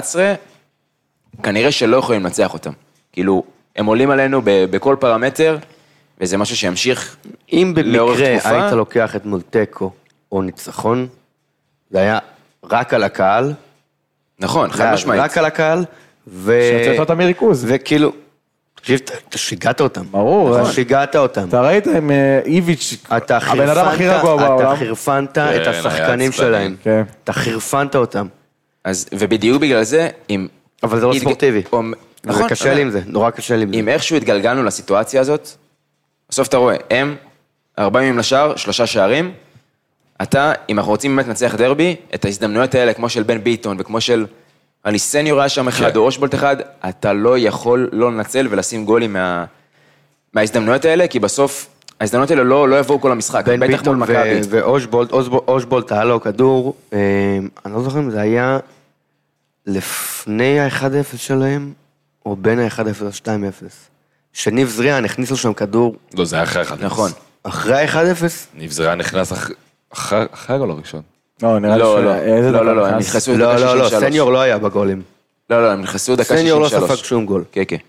Speaker 1: כנראה שלא יכולים לנצח אותם. כאילו, הם עולים עלינו בכל פרמטר, וזה משהו שימשיך
Speaker 5: אם
Speaker 1: לאורך
Speaker 5: במקרה
Speaker 1: תקופה.
Speaker 5: היית לוקח את מולטקו או ניצחון, זה היה רק על הקהל.
Speaker 1: נכון, חד משמעית.
Speaker 5: רק על הקהל,
Speaker 4: שיוצאת אותם מריכוז.
Speaker 5: וכאילו, תקשיב, אתה שיגעת אותם.
Speaker 4: ברור.
Speaker 5: אתה שיגעת אותם.
Speaker 4: אתה ראית עם איביץ', הבן אדם הכי רגוע בעולם.
Speaker 5: אתה חירפנת את השחקנים שלהם.
Speaker 4: כן.
Speaker 5: אתה חירפנת אותם.
Speaker 1: ובדיוק בגלל זה, אם...
Speaker 5: אבל זה לא ספורטיבי.
Speaker 1: נכון.
Speaker 5: זה קשה לי עם זה, נורא קשה לי עם זה.
Speaker 1: אם איכשהו התגלגלנו לסיטואציה הזאת, בסוף אתה רואה, הם 40 ימים לשער, 3 שערים, אתה, אם אנחנו רוצים באמת לנצח דרבי, את ההזדמנויות האלה, כמו של בן ביטון, וכמו של אליסניו היה שם אחד, או אושבולט אחד, אתה לא יכול לא לנצל ולשים גולים מההזדמנויות האלה, כי בסוף ההזדמנויות האלה לא יבואו כל המשחק,
Speaker 5: בן
Speaker 1: בטח מול
Speaker 5: ביטון
Speaker 1: מכבי.
Speaker 5: ואושבולט היה לו כדור, אני לא זוכר אם זה היה לפני ה-1-0 שלהם, או בין ה-1-0 ל-2-0. שניב זריאן הכניס לו שם כדור.
Speaker 3: לא, זה היה אחרי 1-0.
Speaker 1: נכון.
Speaker 5: אחרי ה-1-0?
Speaker 3: ניב זריאן נכנס אחרי הגול הראשון.
Speaker 4: לא, נראה לי
Speaker 1: לא, הם נכנסו דקה 63.
Speaker 5: לא, סניור לא היה בגולים.
Speaker 1: לא, הם נכנסו דקה 63.
Speaker 5: סניור לא ספק שום גול.
Speaker 1: כן, כן.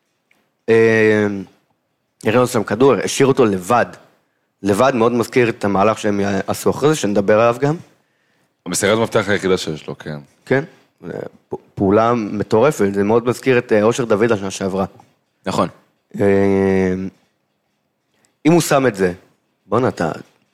Speaker 5: הראינו שם כדור, השאיר אותו לבד. לבד מאוד מזכיר את המהלך שהם עשו אחרי זה, שנדבר עליו גם.
Speaker 3: המסירת מפתח היחידה שיש לו, כן.
Speaker 5: כן, פעולה מטורפת, זה מאוד מזכיר את אושר דוד השנה שעברה.
Speaker 1: נכון.
Speaker 5: אם הוא שם את זה, בוא נתה,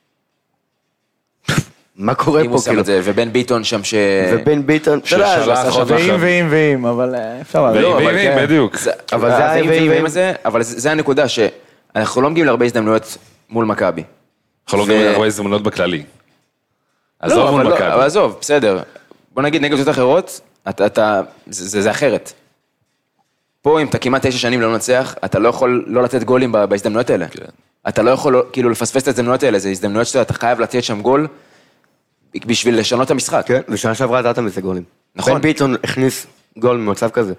Speaker 5: מה קורה פה?
Speaker 1: אם הוא שם את זה, ובן ביטון שם
Speaker 5: ובן ביטון,
Speaker 4: ואם, אבל אפשר
Speaker 3: ואם, בדיוק.
Speaker 5: אבל זה
Speaker 1: ואם הזה, אבל זה הנקודה שאנחנו לא מגיעים להרבה הזדמנויות מול מכבי.
Speaker 3: אנחנו לא מגיעים להרבה הזדמנויות בכללי. עזוב מול מכבי.
Speaker 1: אבל עזוב, בסדר. בוא נגיד נגד זאת אחרות, זה אחרת. פה אם אתה כמעט 9 שנים לא מנצח, אתה לא יכול לא לתת גולים בהזדמנויות האלה. אתה לא יכול כאילו לפספס את ההזדמנויות האלה, זה הזדמנויות שאתה חייב לתת שם גול בשביל לשנות את המשחק.
Speaker 5: כן, ושנה שעברה דעת מזה גולים.
Speaker 1: נכון.
Speaker 5: בן ביטון הכניס גול ממצב כזה.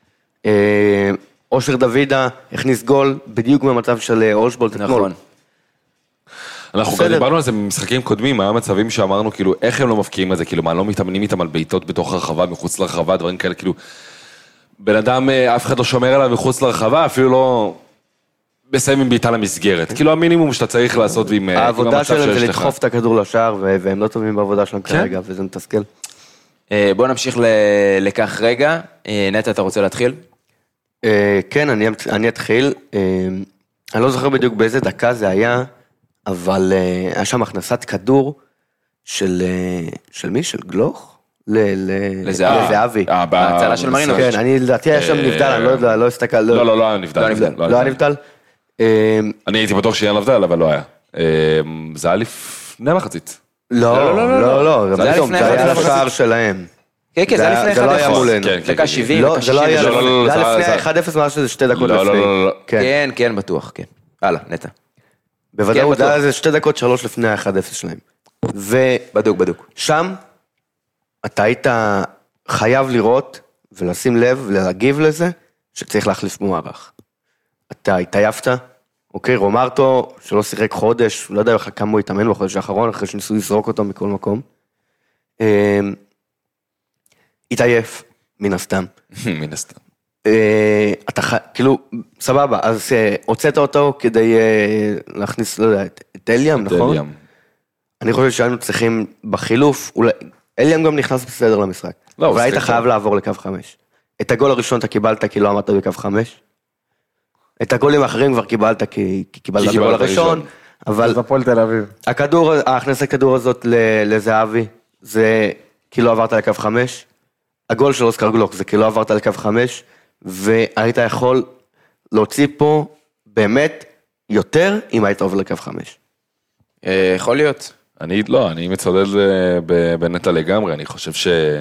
Speaker 5: אושר דוידה הכניס גול בדיוק במצב של אושבולט אתמול.
Speaker 1: נכון.
Speaker 3: אנחנו גם דיברנו על זה במשחקים קודמים, היה מצבים שאמרנו כאילו איך הם לא מפקיעים את זה, כאילו מה לא מתאמנים איתם על בעיטות בתוך הרחבה, מחוץ לרחבה, דברים כאלה כאילו בן אדם, אף אחד לא שומר עליו מחוץ לרחבה, אפילו לא מסיים עם בעיטה למסגרת, כאילו המינימום שאתה צריך לעשות עם המצב שיש לך.
Speaker 5: העבודה שלהם זה לדחוף את הכדור לשער, והם לא טובים בעבודה שלהם כרגע, וזה מתסכל.
Speaker 1: בואו נמשיך לכך רגע, נטע אתה רוצה להתחיל?
Speaker 5: כן, אני אתחיל, אני לא זוכר בדיוק באיזה דקה זה היה, אבל היה שם הכנסת כדור של מי? של גלוך? לזהבי.
Speaker 1: בהצלה של מרינוביץ'.
Speaker 5: כן, אני לדעתי היה שם נבדל, אני לא יודע, לא הסתכל.
Speaker 3: לא היה נבדל.
Speaker 5: לא היה נבדל?
Speaker 3: אני הייתי בטוח שיהיה נבדל, אבל לא היה. זה היה לפני מחצית.
Speaker 5: לא, זה היה השער שלהם.
Speaker 1: כן, זה היה לפני 1-0.
Speaker 5: זה לא היה מולנו.
Speaker 1: דקה 70,
Speaker 5: לא, זה לא היה, זה היה לפני 1-0, מה שזה 2 דקות לפני.
Speaker 1: כן, כן, בטוח, כן. הלאה, נטע.
Speaker 5: בוודאות, זה היה איזה 2 דקות 3 לפני ה-1-0 שלהם.
Speaker 1: בדוק.
Speaker 5: שם, אתה היית חייב לראות ולשים לב ולהגיב לזה, שצריך להחליף מערך. אתה התעייפת, אוקיי, רומרטו, שלא שיחק חודש, לא יודע כמה הוא התאמן בחודש האחרון, אחרי שניסו לזרוק אותו מכל מקום. התעייף, מן הסתם.
Speaker 3: מן הסתם.
Speaker 5: אתה כאילו, סבבה, אז הוצאת אותו כדי להכניס, לא יודע, את אליאם, נכון? אני חושב שהיינו צריכים בחילוף, אליאם גם נכנס בסדר למשחק. אבל היית חייב לעבור לקו 5. את הגול הראשון אתה קיבלת כי לא עמדת בקו 5. את הגולים האחרים כבר קיבלת כי קיבלת את הגול הראשון. אבל
Speaker 4: הפועל תל אביב.
Speaker 5: הכנסת כדור הזאת לזהבי, זה כאילו עברת לקו 5. הגול של אוסקר גלוק, זה כאילו עברת לקו 5, והיית יכול להוציא פה באמת יותר אם היית עובר לקו 5.
Speaker 1: יכול להיות.
Speaker 3: אני מצודד בנטע לגמרי, אני חושב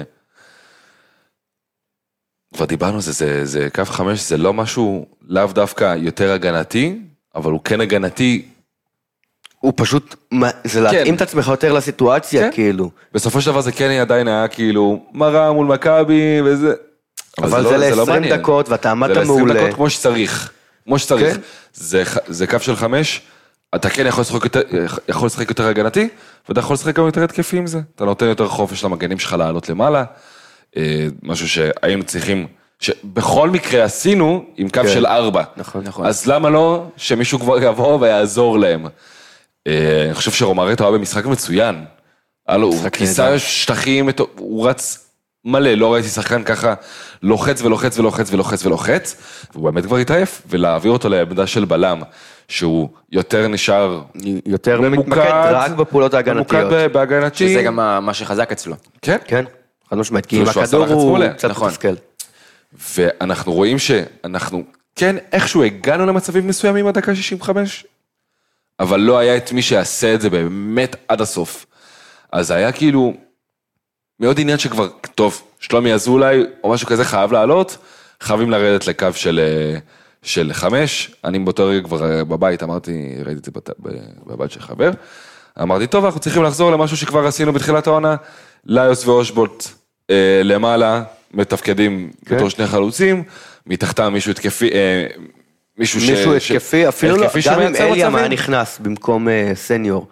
Speaker 3: כבר דיברנו על זה קו 5, זה לא משהו לאו דווקא יותר הגנתי, אבל הוא כן הגנתי.
Speaker 5: הוא פשוט, זה להתאים את עצמך יותר לסיטואציה, כאילו.
Speaker 3: בסופו של דבר זה כן עדיין היה כאילו מראה מול מכבי וזה.
Speaker 5: אבל זה ל-20 דקות ואתה עמדת מעולה.
Speaker 3: זה ל-20 דקות כמו שצריך. זה קו של 5, אתה כן יכול לשחק יותר הגנתי, ואתה יכול לשחק גם יותר התקפי עם זה. אתה נותן יותר חופש למגנים שלך לעלות למעלה, משהו שהיינו צריכים, שבכל מקרה עשינו עם קו של 4.
Speaker 5: נכון.
Speaker 3: אז למה לא שמישהו כבר יבוא ויעזור להם? אני חושב שרומרטו היה במשחק מצוין. הוא כיסה שטחים, הוא רץ מלא, לא ראיתי שחקן ככה לוחץ ולוחץ ולוחץ ולוחץ ולוחץ, והוא באמת כבר התעייף, ולהעביר אותו לעמדה של בלם, שהוא יותר נשאר
Speaker 5: יותר מתמקד רק בפעולות ההגנתיות.
Speaker 3: ממוקד בהגנתי.
Speaker 1: שזה גם מה שחזק אצלו.
Speaker 3: כן.
Speaker 5: כן, חד משמעית, כי אם הכדור הוא קצת מתסכל.
Speaker 3: ואנחנו רואים שאנחנו, כן, איכשהו הגענו למצבים מסוימים עד דקה 65, אבל לא היה את מי שיעשה את זה באמת עד הסוף. אז היה כאילו מאוד עניין שכבר, טוב, שלומי אזולאי או משהו כזה חייב לעלות, חייבים לרדת לקו של 5, אני באותו רגע כבר בבית, אמרתי, ראיתי את זה בבית של חבר, אמרתי, טוב, אנחנו צריכים לחזור למשהו שכבר עשינו בתחילת העונה, ליוס ואושבולט למעלה, מתפקדים בתור שני חלוצים, מתחתם מישהו התקפי, מישהו
Speaker 5: התקפי, אפילו לא, גם אם אליאם היה נכנס במקום סניור,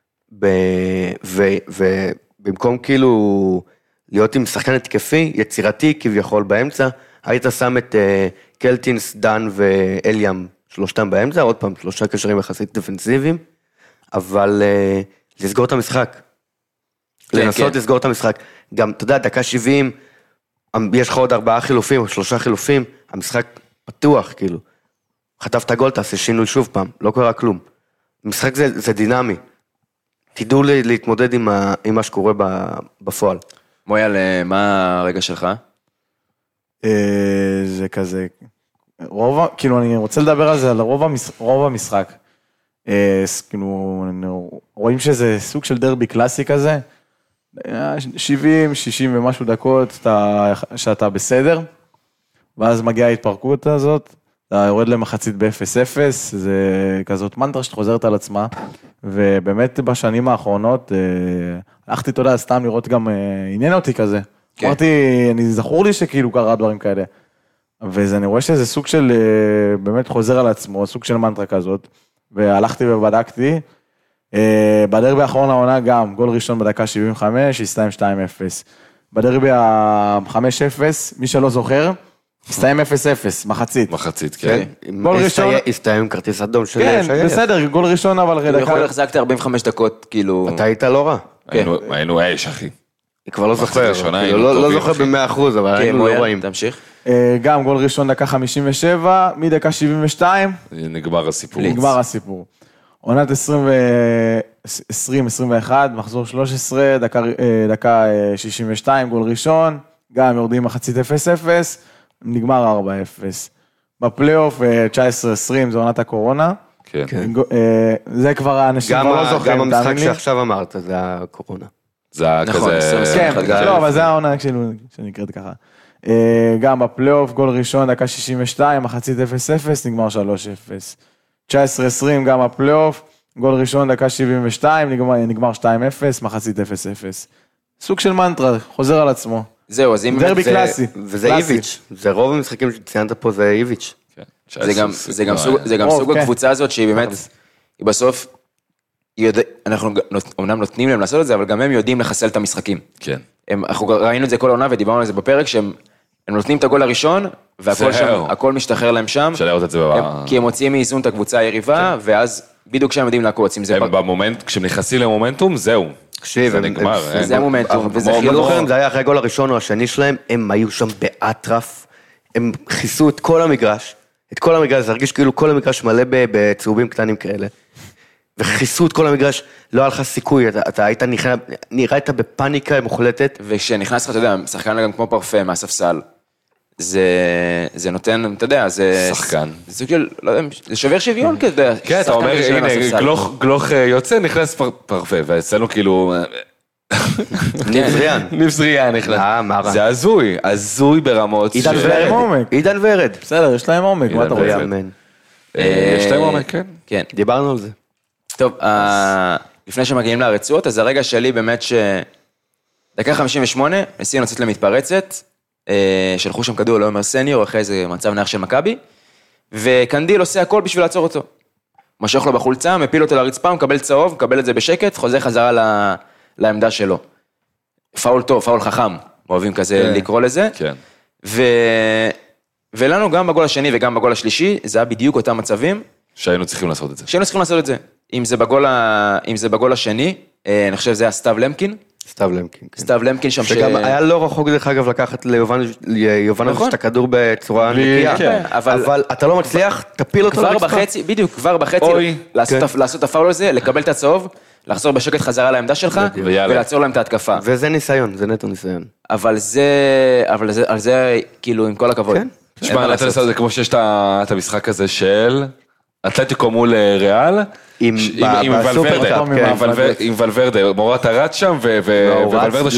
Speaker 5: ובמקום כאילו להיות עם שחקן התקפי, יצירתי כביכול באמצע, היית שם את קלטינס, דן ואליאם, שלושתם באמצע, עוד פעם, 3 קשרים יחסית דפנסיביים, אבל לסגור את המשחק. לנסות לסגור את המשחק. גם, אתה יודע, דקה 70, יש לך עוד 4 חילופים, או 3 חילופים, המשחק פתוח, כאילו. חטפת גול, תעשה שינוי שוב פעם, לא קרה כלום. המשחק זה דינמי. תדעו להתמודד עם מה שקורה בפועל.
Speaker 1: מויאל, מה הרגע שלך?
Speaker 4: זה כזה, כאילו אני רוצה לדבר על זה, על רוב המשחק. כאילו, רואים שזה סוג של דרבי קלאסי כזה, 70, 60 ומשהו דקות, שאתה בסדר, ואז מגיעה ההתפרקות הזאת, אתה יורד למחצית ב-0-0, זה כזאת מנטרה שחוזרת על עצמה, ובאמת בשנים האחרונות, הלכתי, אתה יודע, סתם לראות גם, עניין אותי כזה. אמרתי, זכור לי שכאילו קרה דברים כאלה, ואני רואה שזה סוג של, באמת חוזר על עצמו, סוג של מנטרה כזאת, והלכתי ובדקתי, בדרבי האחרון העונה גם, גול ראשון בדקה 75, הסתיים 2-0, בדרבי ה-5-0, מי שלא זוכר, הסתיים 0-0, מחצית.
Speaker 3: מחצית, כן.
Speaker 4: גול ראשון.
Speaker 5: הסתיים עם כרטיס אדום של
Speaker 4: כן,
Speaker 5: שייף.
Speaker 4: בסדר, גול ראשון, אבל
Speaker 1: הוא יכול להחזקת 45 דקות, כאילו...
Speaker 5: אתה היית לא רע.
Speaker 3: היינו אש, אחי.
Speaker 5: אני כבר לא זוכר, לא זוכר ב-100%, אבל היינו לא רעים.
Speaker 1: תמשיך.
Speaker 4: גם גול ראשון דקה 57, מדקה 72.
Speaker 3: נגמר הסיפור.
Speaker 4: נגמר הסיפור. עונת 2021, מחזור 13, דקה 62, גול ראשון, גם יורדים מחצית 0-0, נגמר 4-0. בפלייאוף 19-20, זו עונת הקורונה.
Speaker 3: כן.
Speaker 4: זה כבר האנשים כבר לא זוכרים.
Speaker 5: גם המשחק שעכשיו אמרת, זה הקורונה.
Speaker 3: זה היה כזה...
Speaker 4: כן, לא, אבל זה העונה שנקראת ככה. גם בפלייאוף, גול ראשון, דקה 62, מחצית 0-0, נגמר 3-0. 19-20, גם הפלייאוף, גול ראשון, דקה 72, נגמר 2-0, מחצית 0-0. סוג של מנטרה, חוזר על עצמו.
Speaker 1: זהו, אז אם...
Speaker 4: דרבי קלאסי.
Speaker 5: וזה איביץ', זה רוב המשחקים שציינת פה זה איביץ'.
Speaker 1: זה גם סוג הקבוצה הזאת שהיא באמת, היא בסוף, אנחנו אומנם נותנים להם לעשות את זה, אבל גם הם יודעים לחסל את המשחקים.
Speaker 3: כן.
Speaker 1: אנחנו ראינו את זה כל העונה ודיברנו על זה בפרק, שהם נותנים את הגול הראשון, והכל משתחרר להם שם, כי הם מוציאים מאיזון את הקבוצה היריבה, ואז בדיוק כשהם יודעים לעקוץ.
Speaker 3: הם במומנט, כשהם נכנסים למומנטום, זהו.
Speaker 5: תקשיב,
Speaker 3: זה נגמר.
Speaker 1: זה המומנטום, וזה
Speaker 5: חילוך. זה היה אחרי הגול הראשון או השני שלהם, הם היו שם באטרף, הם חיסו את כל המגרש, זה הרגיש כאילו כל המגרש מלא בצהובים קטנים כאלה. וכיסו את כל המגרש, לא היה לך סיכוי, אתה היית נראית בפאניקה מוחלטת.
Speaker 1: וכשנכנס לך, אתה יודע, שחקן גם כמו פרפה מהספסל, זה נותן, אתה יודע, זה...
Speaker 3: שחקן.
Speaker 1: זה כאילו, לא יודע, זה שובר שוויון כזה.
Speaker 3: כן, אתה אומר, הנה, גלוך יוצא, נכנס פרפה, ואצלנו כאילו... ניב זריאן נכנס. זה הזוי ברמות.
Speaker 5: עידן ורד.
Speaker 4: בסדר, יש להם עומק, מה אתה רוצה?
Speaker 3: יש להם עומק, כן.
Speaker 1: כן.
Speaker 5: דיברנו על זה.
Speaker 1: טוב, לפני שמגיעים לרצועות, אז הרגע שלי באמת דקה 58, ניסינו לצאת למתפרצת, שלחו שם כדור לעומר סניור, אחרי איזה מצב נח של מכבי, וקנדיל עושה הכל בשביל לעצור אותו. משוך לו בחולצה, מפיל אותו לרצפה, מקבל צהוב, מקבל את זה בשקט, חוזר חזרה לעמדה שלו. פאול טוב, פאול חכם, אוהבים כזה לקרוא לזה.
Speaker 3: כן.
Speaker 1: ולנו גם בגול השני וגם בגול השלישי, זה היה בדיוק אותם מצבים.
Speaker 3: שהיינו צריכים לעשות את זה.
Speaker 1: שהיינו צריכים לעשות את זה. אם זה בגול השני, אני חושב שזה היה סתיו למקין. סתיו למקין שם
Speaker 5: שגם היה לא רחוק דרך אגב לקחת ליובנוביץ' את הכדור בצורה נקייה, אבל אתה לא מצליח, תפיל אותו לרצפה.
Speaker 1: בדיוק, כבר בחצי, לעשות את הפאול הזה, לקבל את הצהוב, לחזור בשקט חזרה לעמדה שלך, ולעצור להם את ההתקפה.
Speaker 5: וזה ניסיון, זה נטו ניסיון.
Speaker 1: אבל על זה, כאילו, עם כל הכבוד.
Speaker 3: תשמע, נתן לסדר, זה כמו שיש את המשחק הזה של אתלטיקו מול ריאל, עם ולוורדה, מורת הרץ שם, ולוורדה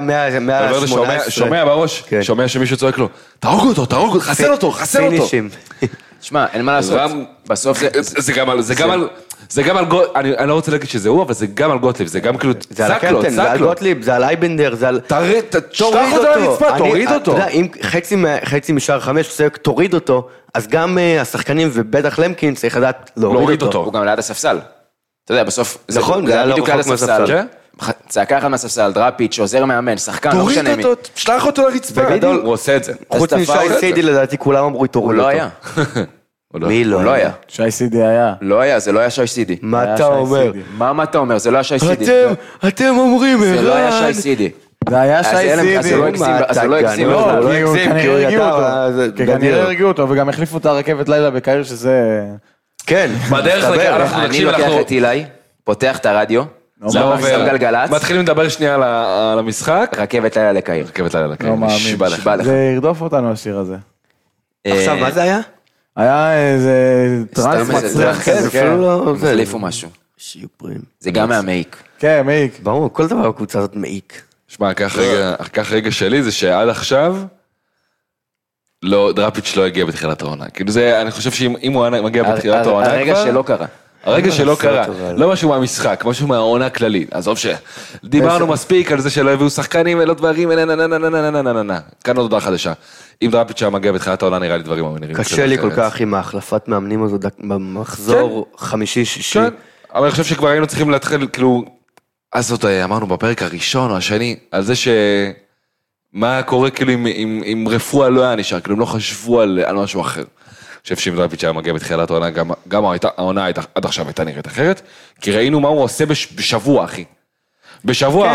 Speaker 3: שומע בראש, שומע שמישהו צועק לו, תהרוג אותו, חסל אותו.
Speaker 1: תשמע, אין מה לעשות, בסוף
Speaker 3: זה גם על גוטליב, אני לא רוצה להגיד שזה הוא, אבל זה גם על גוטליב, זה גם כאילו,
Speaker 5: צק לו. זה על גוטליב, זה על אייבנדר, זה על...
Speaker 3: תוריד אותו.
Speaker 5: אתה יודע, אם חצי משער 5 תוריד אותו, אז גם השחקנים ובטח למקין צריך לדעת להוריד אותו.
Speaker 1: הוא גם ליד הספסל. אתה יודע, בסוף...
Speaker 5: נכון, זה היה לא רחוק מהספסל.
Speaker 1: צעקה אחד מהספסל, דראפיץ', עוזר מאמן, שחקן, לא משנה מי.
Speaker 3: תוריד אותו, שלח אותו לרצפה.
Speaker 5: הוא עושה את זה. חוץ משי סידי לדעתי, כולם אמרו, תוריד אותו.
Speaker 1: הוא לא היה.
Speaker 5: מי לא?
Speaker 1: הוא לא היה.
Speaker 4: שי סידי היה.
Speaker 1: לא היה, זה לא היה שי סידי.
Speaker 5: מה אתה אומר?
Speaker 1: מה אתה אומר? זה לא היה שי סידי.
Speaker 5: אתם אומרים,
Speaker 1: זה לא היה שי סידי.
Speaker 4: זה היה שי סידי.
Speaker 1: אז הוא לא הגזים.
Speaker 4: לא, כנראה הרגיעו אותו, וגם החליפו את הרכבת לילה בקהיר שזה...
Speaker 5: כן.
Speaker 3: בדרך אנחנו
Speaker 1: אני לוקח את אילי, פותח את הרדיו,
Speaker 3: מתחילים לדבר שנייה על המשחק.
Speaker 1: רכבת לילה לקהיר.
Speaker 4: לא מאמין. זה ירדוף אותנו השיר הזה.
Speaker 5: עכשיו, מה זה היה?
Speaker 4: היה איזה טרנס מצליח כזה,
Speaker 1: כן. החליפו משהו.
Speaker 5: שיהיו פרים.
Speaker 1: זה גם מהמעיק.
Speaker 4: כן, מעיק.
Speaker 5: ברור, כל דבר בקבוצה הזאת מעיק.
Speaker 3: שמע, כך רגע שלי זה שעד עכשיו, לא, דראפיץ' לא הגיע בתחילת העונה. כאילו זה, אני חושב שאם הוא מגיע בתחילת העונה כבר... הרגע שלא קרה. לא משהו מהמשחק, משהו מהעונה הכללית. עזוב שדיברנו מספיק על זה שלא הביאו שחקנים, לא דברים, כאן עוד הודעה חדשה. אם דראפיץ' היה מגיע בתחילת העונה, נראה לי דברים נראים.
Speaker 5: קשה לי כל כך עם ההחלפת מאמנים הזו במחזור חמישי-שישי.
Speaker 3: אבל אני חושב שכבר היינו צריכים להתחיל, כאילו, אז זאת אמרנו בפרק הראשון או השני, על זה מה קורה כאילו אם רפואה לא היה נשאר, כאילו הם לא חשבו על משהו אחר. אני חושב שאם דראפיץ' היה מגיע בתחילת העונה, גם העונה עד עכשיו הייתה נראית אחרת, כי ראינו מה הוא עושה בשבוע, אחי. בשבוע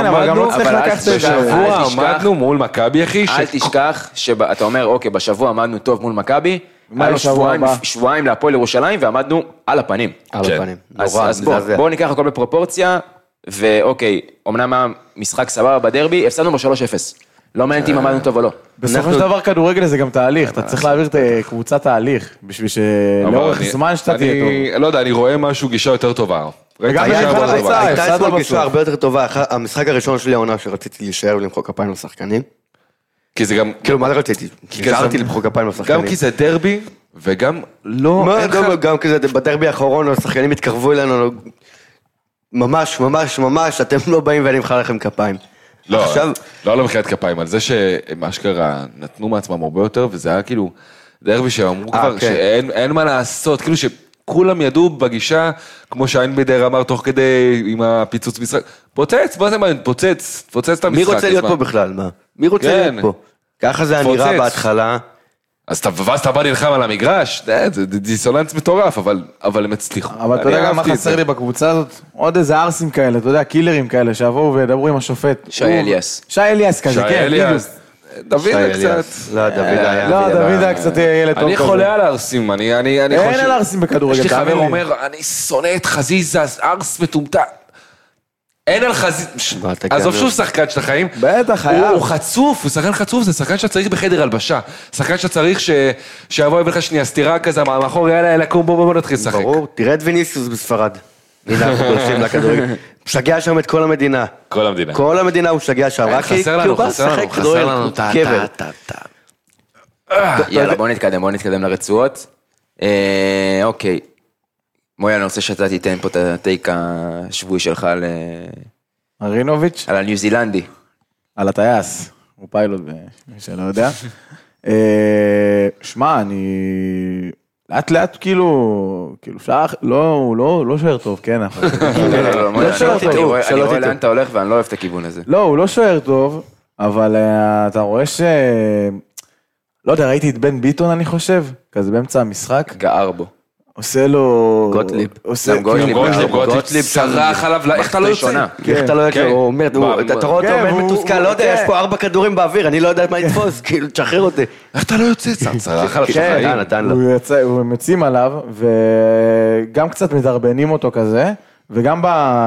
Speaker 3: עמדנו מול מכבי, אחי.
Speaker 1: אל תשכח שאתה אומר, אוקיי, בשבוע עמדנו טוב מול מכבי, היה שבועיים להפועל ירושלים, ועמדנו על הפנים.
Speaker 5: על הפנים.
Speaker 1: אז בואו ניקח הכל בפרופורציה, ואוקיי, אמנם המשחק סבבה בדרבי, הפסדנו ב-3-0. לא מעניין אם עמדנו טוב או לא.
Speaker 4: בסופו של דבר כדורגל זה גם תהליך, אתה צריך להעביר את קבוצת תהליך, בשביל שלאורך זמן שאתה תהיה טוב.
Speaker 3: לא יודע, אני רואה משהו גישה יותר טובה.
Speaker 5: הייתה אתמול גישה הרבה יותר טובה, המשחק הראשון שלי העונה שרציתי להישאר ולמחוא כפיים לשחקנים.
Speaker 3: כי זה גם...
Speaker 5: כאילו, מה זה רציתי? נשארתי למחוא כפיים לשחקנים.
Speaker 3: גם כי זה דרבי, וגם לא...
Speaker 5: גם כי זה בדרבי האחרון, השחקנים התקרבו אלינו, ממש, אתם לא באים ואני מחא לכם כפיים.
Speaker 3: לא מחיית כפיים, על זה שמה שקרה, נתנו מעצמם הרבה יותר, וזה היה כאילו דרבי שאמרו כבר שאין מה לעשות, כאילו שכולם ידעו בגישה, כמו שהאיינבידר אמר תוך כדי עם הפיצוץ משחק, פוצץ, מה זה מעניין? פוצץ את המשחק.
Speaker 5: מי רוצה להיות פה בכלל, מה? מי רוצה להיות פה? ככה זה נראה בהתחלה.
Speaker 3: אז אתה בא נלחם על המגרש, זה דיסוננס מטורף, אבל הם הצליחו.
Speaker 4: אבל אתה יודע גם מה חסר לי בקבוצה הזאת? עוד איזה ארסים כאלה, אתה יודע, קילרים כאלה, שיבואו וידברו עם השופט.
Speaker 1: שי אליאס.
Speaker 4: שי אליאס כזה, כן, בדיוק.
Speaker 3: דוד קצת...
Speaker 5: לא, דוד היה...
Speaker 4: לא, דוד היה קצת ילד טוב
Speaker 3: אני
Speaker 4: כזה.
Speaker 3: חולה על הארסים, אני
Speaker 4: אין על הארסים בכדורגל,
Speaker 3: יש לי
Speaker 4: תאמין
Speaker 3: חבר
Speaker 4: לי.
Speaker 3: אומר, אני שונא את חזיזה, ארס מטומטם. אין על חזיזה... עזוב שהוא שחקן של החיים.
Speaker 4: בטח, חייב.
Speaker 3: הוא חצוף, הוא שחקן חצוף, זה שחקן שאתה צריך בחדר הלבשה. שחקן שאתה צריך שיבוא יביא לך שנייה סתירה כזה, מאחור, יאללה, קום, בוא נתחיל לשחק.
Speaker 5: ברור, תראה את ויניסיוס בספרד. הנה אנחנו גולשים לכדורגל. הוא משגע שם את כל המדינה.
Speaker 3: כל המדינה.
Speaker 5: כל המדינה הוא משגע שם, רק כי הוא בא לשחק כדורגל, קבר.
Speaker 1: יאללה, בוא נתקדם לרצועות. אוקיי. מויה, אני רוצה שאתה תיתן פה את הטייק השבועי שלך
Speaker 4: מרינוביץ',
Speaker 1: על הניו זילנדי.
Speaker 4: על הטייס, הוא פיילוט, מי שלא יודע. שמע, אני... לאט לאט כאילו אפשר, הוא לא שוער טוב, כן, אבל...
Speaker 1: אני רואה לאן אתה הולך ואני לא אוהב את הכיוון הזה.
Speaker 4: לא, הוא לא שוער טוב, אבל אתה רואה לא יודע, ראיתי את בן ביטון, אני חושב, כזה באמצע המשחק.
Speaker 1: גער בו.
Speaker 4: עושה לו...
Speaker 5: גוטליב.
Speaker 4: עושה...
Speaker 3: גוטליב סרח עליו, איך אתה לא יוצא?
Speaker 5: איך אתה לא יוצא? הוא אומר, אתה רואה אותו עומד מתוסכל, לא יודע, יש פה 4 כדורים באוויר, אני לא יודעת מה לתפוס, כאילו, תשחרר אותי.
Speaker 3: איך אתה לא יוצא? סרח עליו שחיים.
Speaker 5: נתן לו.
Speaker 4: הוא מצים עליו, וגם קצת מדרבנים אותו כזה, וגם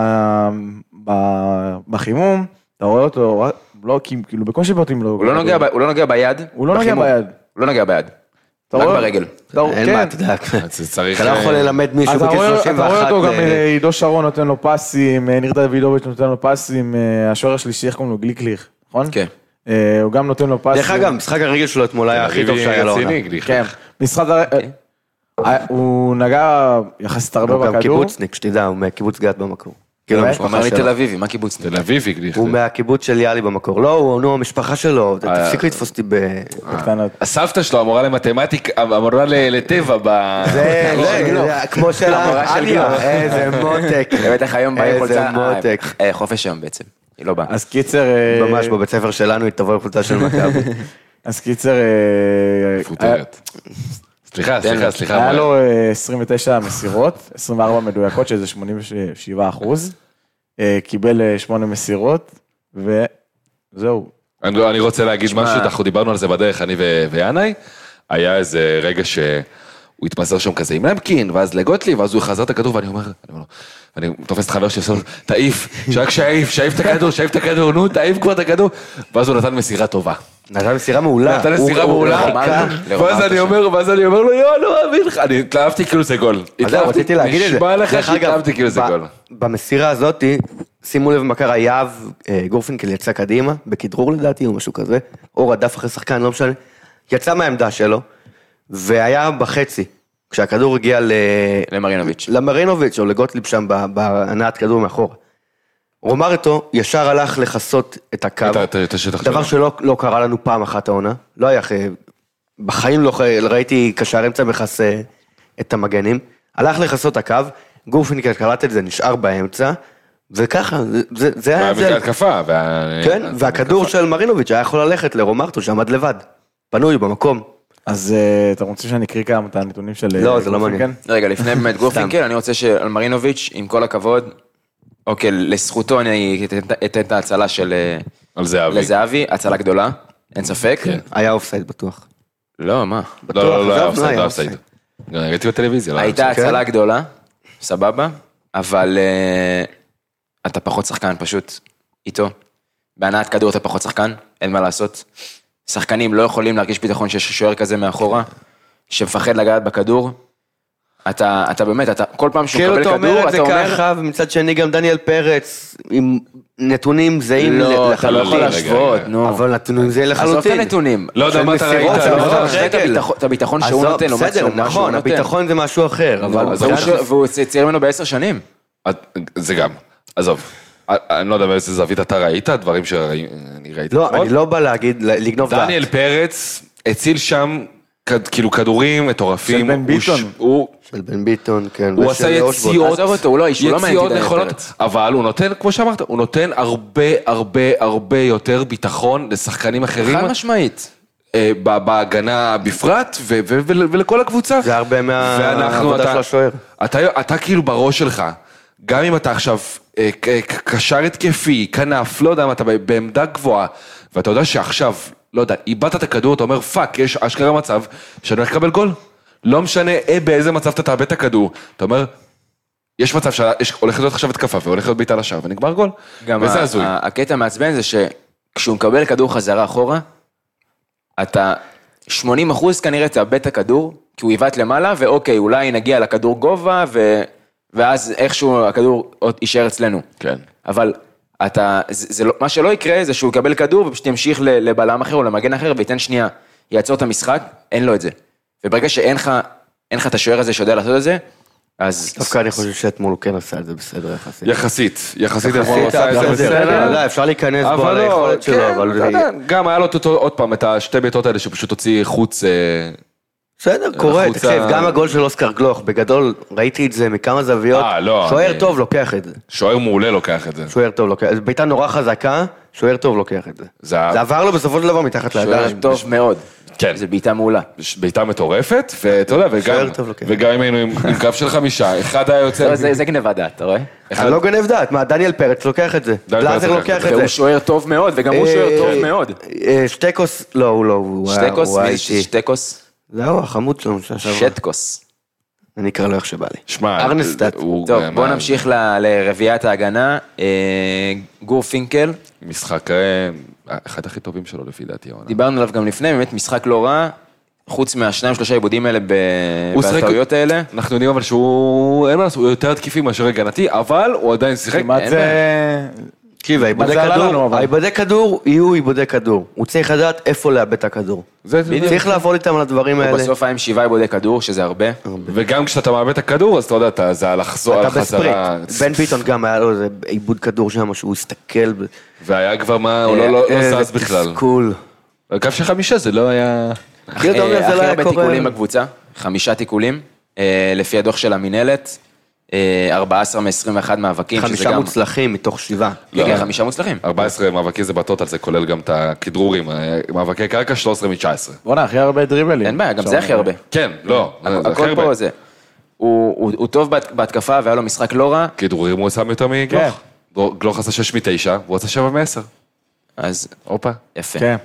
Speaker 4: בחימום, אתה רואה אותו, לא, כאילו, בקושי בוטים לו.
Speaker 1: הוא לא נוגע ביד.
Speaker 4: הוא לא נוגע ביד.
Speaker 1: הוא לא נוגע ביד. רק ברגל.
Speaker 5: אין מה, אתה יודע.
Speaker 3: צריך...
Speaker 5: אתה לא יכול ללמד מישהו בגיל 31.
Speaker 4: אתה רואה אותו גם עידו שרון נותן לו פסים, ניר דוידוביץ' נותן לו פסים, השוער השלישי, איך קוראים לו? גליקליך, נכון?
Speaker 1: כן.
Speaker 4: הוא גם נותן לו פסים.
Speaker 5: דרך אגב, משחק הרגל שלו אתמול היה הכי טוב שהיה לו.
Speaker 4: כן, משחק הוא נגע יחסית הרבה
Speaker 5: הוא גם
Speaker 4: בכדור.
Speaker 5: קיבוצניק, שתדע, הוא מהקיבוץ גת במקור.
Speaker 1: הוא אומר לי תל אביבי, מה קיבוץ?
Speaker 3: תל אביבי גליך.
Speaker 5: הוא מהקיבוץ של יאלי במקור. לא, הוא המשפחה שלו, תפסיק לתפוס אותי
Speaker 4: בקטנות.
Speaker 3: הסבתא שלו אמורה למתמטיקה, אמורה לטבע
Speaker 5: זה כמו של העליה, איזה מותק.
Speaker 1: בטח היום באים
Speaker 5: איזה
Speaker 1: חולצה,
Speaker 5: מותק.
Speaker 1: חופש היום בעצם, היא לא באה.
Speaker 4: אז קיצר...
Speaker 5: ממש בבית ספר שלנו היא תבוא עם חולצה של מכבי.
Speaker 4: אז קיצר...
Speaker 3: פוטרת. סליחה.
Speaker 4: היה לו 29 מסירות, 24 מדויקות, שזה 87%. קיבל 8 מסירות, וזהו.
Speaker 3: אני רוצה להגיד משהו, אנחנו דיברנו על זה בדרך, אני וינאי, היה איזה רגע שהוא התמסר שם כזה עם למקין, ואז לגוטליב, ואז הוא חזר את הכדור, ואני אומר לו, אני תופס את חבר שעושה לו, תעיף, שרק שאיף את הכדור, נו, תעיף כבר את הכדור, ואז הוא נתן מסירה טובה.
Speaker 5: נתן מסירה מעולה.
Speaker 3: ואז אני אומר לו, לא אבין לך, אני התלהבתי כאילו זה גול.
Speaker 5: רציתי להגיד את זה.
Speaker 3: נשמע לך שהתלהבתי כאילו זה גול.
Speaker 5: במסירה הזאת, שימו לב מה קרה, יאב גורפינקל יצא קדימה, בכדרור לדעתי או משהו כזה, או רדף אחרי שחקן, לא משנה, יצא מהעמדה שלו, והיה בחצי, כשהכדור הגיע למרינוביץ' או לגוטליב שם, בהנעת כדור מאחורה. רומרטו ישר הלך לחסות את הקו, דבר שלא קרה לנו פעם אחת העונה, לא היה, בחיים לא ראיתי קשר אמצע מכסה את המגנים, הלך לחסות הקו, גורפינקל קלט את זה, נשאר באמצע, וככה, זה היה זה.
Speaker 3: התקפה.
Speaker 5: כן, והכדור של מרינוביץ' היה יכול ללכת לרומרטו שעמד לבד, פנוי במקום.
Speaker 4: אז אתה רוצה שאני אקריא כמה את הנתונים של...
Speaker 5: לא, זה לא מעניין.
Speaker 1: רגע, לפני באמת גורפינקל, אני רוצה שעל מרינוביץ', עם כל הכבוד, אוקיי, לזכותו אני אתן את ההצלה של... לזהבי, הצלה גדולה, אין ספק.
Speaker 5: היה אופסייד בטוח.
Speaker 1: לא, מה?
Speaker 3: לא, היה אופסייד. ראיתי בטלוויזיה.
Speaker 1: הייתה הצלה גדולה, סבבה, אבל אתה פחות שחקן פשוט איתו. בהנעת כדור אתה פחות שחקן, אין מה לעשות. שחקנים לא יכולים להרגיש ביטחון שיש שוער כזה מאחורה, שמפחד לגעת בכדור. אתה באמת, כל פעם שהוא מקבל כדור,
Speaker 5: אתה אומר את זה ככה, ומצד שני גם דניאל פרץ, עם נתונים זהים לחלוטין.
Speaker 1: לא, אתה לא יכול להשוות, נו.
Speaker 5: אבל נתונים זהים לחלוטין.
Speaker 1: עזוב את הנתונים.
Speaker 3: לא יודע מה אתה ראית.
Speaker 1: את הביטחון שהוא נותן, או
Speaker 5: בסדר, נכון, הביטחון זה משהו אחר.
Speaker 1: והוא צייר ממנו ב10 שנים.
Speaker 3: זה גם, עזוב. אני לא יודע באיזה זווית אתה ראית, דברים שאני ראיתי.
Speaker 5: לא, אני לא בא להגיד, לגנוב דעת.
Speaker 3: דניאל פרץ הציל שם כאילו כדורים מטורפים.
Speaker 4: של בן ביטון.
Speaker 5: של בן ביטון, כן.
Speaker 3: הוא עשה יציאות,
Speaker 1: יציאות
Speaker 3: נכונות, אבל הוא נותן, כמו שאמרת, הוא נותן הרבה יותר ביטחון לשחקנים אחרים.
Speaker 1: חד משמעית.
Speaker 3: בהגנה בפרט, ולכל הקבוצה.
Speaker 5: זה הרבה מהעבודה של השוער.
Speaker 3: אתה כאילו בראש שלך, גם אם אתה עכשיו קשר התקפי, כנף, לא יודע מה, אתה בעמדה גבוהה, ואתה יודע שעכשיו לא יודע, איבדת את הכדור, אתה אומר, פאק, יש אשכרה מצב שאני הולך לקבל גול. לא משנה באיזה מצב אתה תאבד את הכדור. אתה אומר, יש מצב שהולך להיות עכשיו התקפה, והולך להיות בעיטה לשער, ונגמר גול.
Speaker 1: גם
Speaker 3: וזה הזוי.
Speaker 1: הקטע מעצבן זה שכשהוא מקבל כדור חזרה אחורה, אתה 80% כנראה תאבד את הכדור, כי הוא יבט למעלה, ואוקיי, אולי נגיע לכדור גובה, ואז איכשהו הכדור יישאר אצלנו.
Speaker 3: כן.
Speaker 1: אבל מה שלא יקרה זה שהוא יקבל כדור, ופשוט ימשיך לבלם אחר או למגן אחר, וייתן שנייה, יעצור את המשחק, אין לו את זה. וברגע שאין לך את השוער הזה שיודע לעשות את זה, אז...
Speaker 5: דווקא אני חושב שאתמול הוא כן עשה את זה בסדר יחסית.
Speaker 3: יחסית אתמול הוא עשה את זה בסדר.
Speaker 5: לא, אפשר להיכנס בו על היכולת שלו, אבל...
Speaker 3: גם היה לו עוד פעם את השתי ביתות האלה שפשוט הוציא חוץ...
Speaker 5: בסדר, קורה, תקשיב, גם הגול של אוסקר גלוך, בגדול, ראיתי את זה מכמה זוויות, שוער טוב לוקח את זה.
Speaker 3: שוער מעולה לוקח את זה.
Speaker 5: שוער טוב לוקח, זו ביתה נורא חזקה, שוער טוב לוקח את זה. זה עבר לו בסופו של דבר מתחת לידיים.
Speaker 1: שוער טוב מאוד.
Speaker 3: כן.
Speaker 1: זה בעיטה מעולה.
Speaker 3: בעיטה מטורפת, ואתה יודע, וגם אם היינו עם קו של 5, אחד היה יוצא...
Speaker 1: זה גנבה דעת, אתה רואה?
Speaker 5: אני לא גנב דעת, מה, דניאל פרץ לוקח את זה. גלאזר לוקח את זה.
Speaker 1: והוא שוער טוב מאוד, וגם הוא שוער טוב מאוד.
Speaker 5: שטקוס, לא, הוא לא, הוא
Speaker 1: שטקוס? מי זה שטקוס?
Speaker 5: זהו, החמוד שלנו.
Speaker 1: שטקוס.
Speaker 5: אני אקרא לו איך שבא לי.
Speaker 3: שמע,
Speaker 5: ארנסטאט.
Speaker 1: טוב, בואו נמשיך לרביעיית ההגנה. גור פינקל.
Speaker 3: משחק, אחד הכי טובים שלו לפי דעתי.
Speaker 1: דיברנו עליו גם לפני, באמת משחק לא רע, חוץ מה2-3 עיבודים האלה בטעויות האלה.
Speaker 3: אנחנו יודעים אבל שהוא, אין מה לעשות, הוא יותר התקיפי מאשר הגנתי, אבל הוא עדיין שיחק.
Speaker 4: כמעט זה...
Speaker 5: תקשיב, העיבודי כדור יהיו עיבודי כדור. הוא צריך לדעת איפה לאבד את הכדור. צריך לעבוד איתם על הדברים האלה.
Speaker 1: בסוף היה עם 7 עיבודי כדור, שזה הרבה.
Speaker 3: וגם כשאתה מאבד את הכדור, אז אתה יודע, זה לחזור על חזרה.
Speaker 5: בן ביטון גם היה לו איזה עיבוד כדור שם, שהוא הסתכל.
Speaker 3: והיה כבר מה, הוא לא זז בכלל.
Speaker 5: תסכול.
Speaker 3: הקו של 5 זה לא היה...
Speaker 1: הכי הרבה תיקולים בקבוצה, 5 תיקולים, לפי הדוח של המנהלת. 14 מ-21 מאבקים,
Speaker 5: 5 מוצלחים מתוך 7.
Speaker 1: כן, 5 מוצלחים.
Speaker 3: 14 מאבקים זה בטוטל, זה כולל גם את הכדרורים, מאבקי קרקע 13 מ-19.
Speaker 4: בוא'נה, הכי הרבה דריבלים.
Speaker 1: אין בעיה, גם זה הכי הרבה.
Speaker 3: כן, לא,
Speaker 1: הכל פה זה. הוא טוב בהתקפה והיה לו משחק לא רע.
Speaker 3: כדרורים הוא שם יותר מגלוך. גלוך עשה 6 מ-9, והוא עשה 7 מ-10.
Speaker 1: אז,
Speaker 3: אופה.
Speaker 1: יפה.
Speaker 4: כן.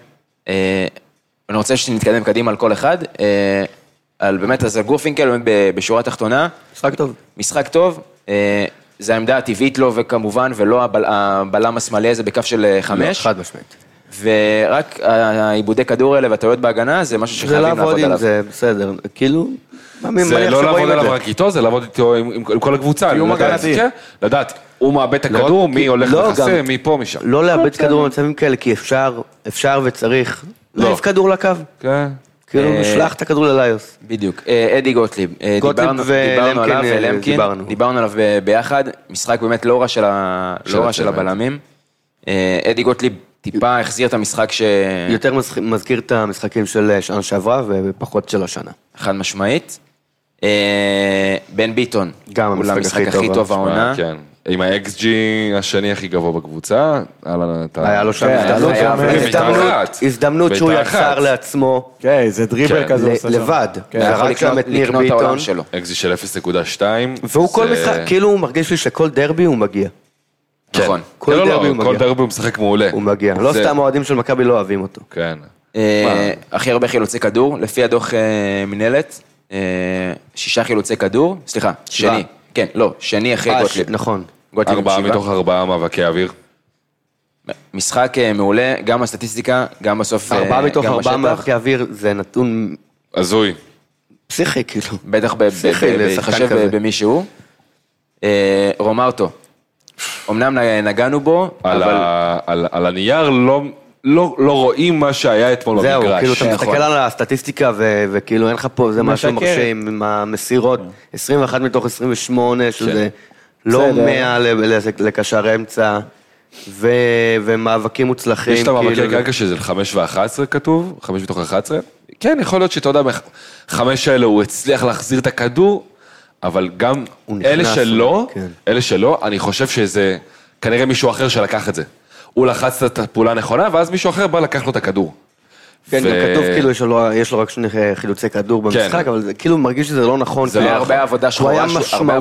Speaker 1: אני רוצה שנתקדם קדימה על כל אחד. על באמת, אז גור פינקל באמת בשורה התחתונה.
Speaker 5: משחק טוב.
Speaker 1: משחק טוב, זה העמדה הטבעית לו וכמובן, ולא הבלם השמאלי הזה בכף של 5.
Speaker 5: חד משמעית.
Speaker 1: ורק העיבודי כדור האלה והטעויות בהגנה, זה משהו שחייבים לעבוד עליו.
Speaker 5: זה בסדר, כאילו...
Speaker 3: זה לא לעבוד עליו רק איתו, זה לעבוד איתו עם כל הקבוצה.
Speaker 4: קיום הגנתי.
Speaker 3: לדעת, הוא מאבד את הכדור, מי הולך לחסה, מי פה, משם.
Speaker 5: לא לאבד כדור במצבים כאלה, כי אפשר וצריך להעיף כדור לקו.
Speaker 3: כן.
Speaker 5: כאילו, נשלח את הכדור לליוס.
Speaker 1: בדיוק. אדי גוטליב. דיברנו עליו ולמקין, דיברנו עליו ביחד. משחק באמת לא רע של הבלמים. אדי גוטליב טיפה החזיר את המשחק
Speaker 5: יותר מזכיר את המשחקים של שנה שעברה ופחות של השנה.
Speaker 1: חד משמעית. בן ביטון.
Speaker 5: גם
Speaker 1: המשחק הכי טוב העונה.
Speaker 3: כן. עם ה-XG השני הכי גבוה בקבוצה.
Speaker 5: היה לו שם הזדמנות שהוא יצר לעצמו.
Speaker 4: כן, זה דריבל כזה.
Speaker 5: לבד. רק שם את ניר ביטון.
Speaker 3: XG של 0.2.
Speaker 5: והוא כל משחק, כאילו הוא מרגיש לי שכל דרבי הוא מגיע.
Speaker 1: נכון.
Speaker 5: כל דרבי הוא מגיע.
Speaker 3: כל דרבי הוא משחק מעולה.
Speaker 5: הוא מגיע. לא סתם אוהדים של מכבי לא אוהבים אותו.
Speaker 3: כן.
Speaker 1: הכי הרבה חילוצי כדור, לפי הדוח מנהלת, 6 חילוצי כדור, סליחה, שני. כן, לא, שני אחרי גוטליב.
Speaker 5: נכון.
Speaker 3: 4 מתוך 4 מאבקי אוויר.
Speaker 1: משחק מעולה, גם הסטטיסטיקה, גם בסוף,
Speaker 5: 4 מתוך 4 מאבקי אוויר, זה נתון...
Speaker 3: הזוי.
Speaker 5: פסיכי, כאילו.
Speaker 1: בטח בהתחשב במישהו. רומאוטו. אמנם נגענו בו,
Speaker 5: אבל...
Speaker 3: על הנייר לא רואים מה שהיה אתמול במגרש.
Speaker 5: זהו, כאילו אתה מסתכל על הסטטיסטיקה וכאילו אין לך פה, זה משהו מרשים עם המסירות, 21 מתוך 28, שזה לא 100 לקשר אמצע, ומאבקים מוצלחים.
Speaker 3: יש את המאבקי קרקע שזה 5 ו-11 כתוב, 5 מתוך 11. כן, יכול להיות שאתה יודע, 5 האלה הוא הצליח להחזיר את הכדור, אבל גם אלה שלא, אני חושב שזה כנראה מישהו אחר שלקח את זה. הוא לחץ את הפעולה הנכונה, ואז מישהו אחר בא לקח לו את הכדור.
Speaker 5: כן, גם כתוב כאילו יש לו רק 2 חילוצי כדור במשחק, אבל זה כאילו מרגיש שזה לא נכון.
Speaker 1: זה הרבה עבודה שחורה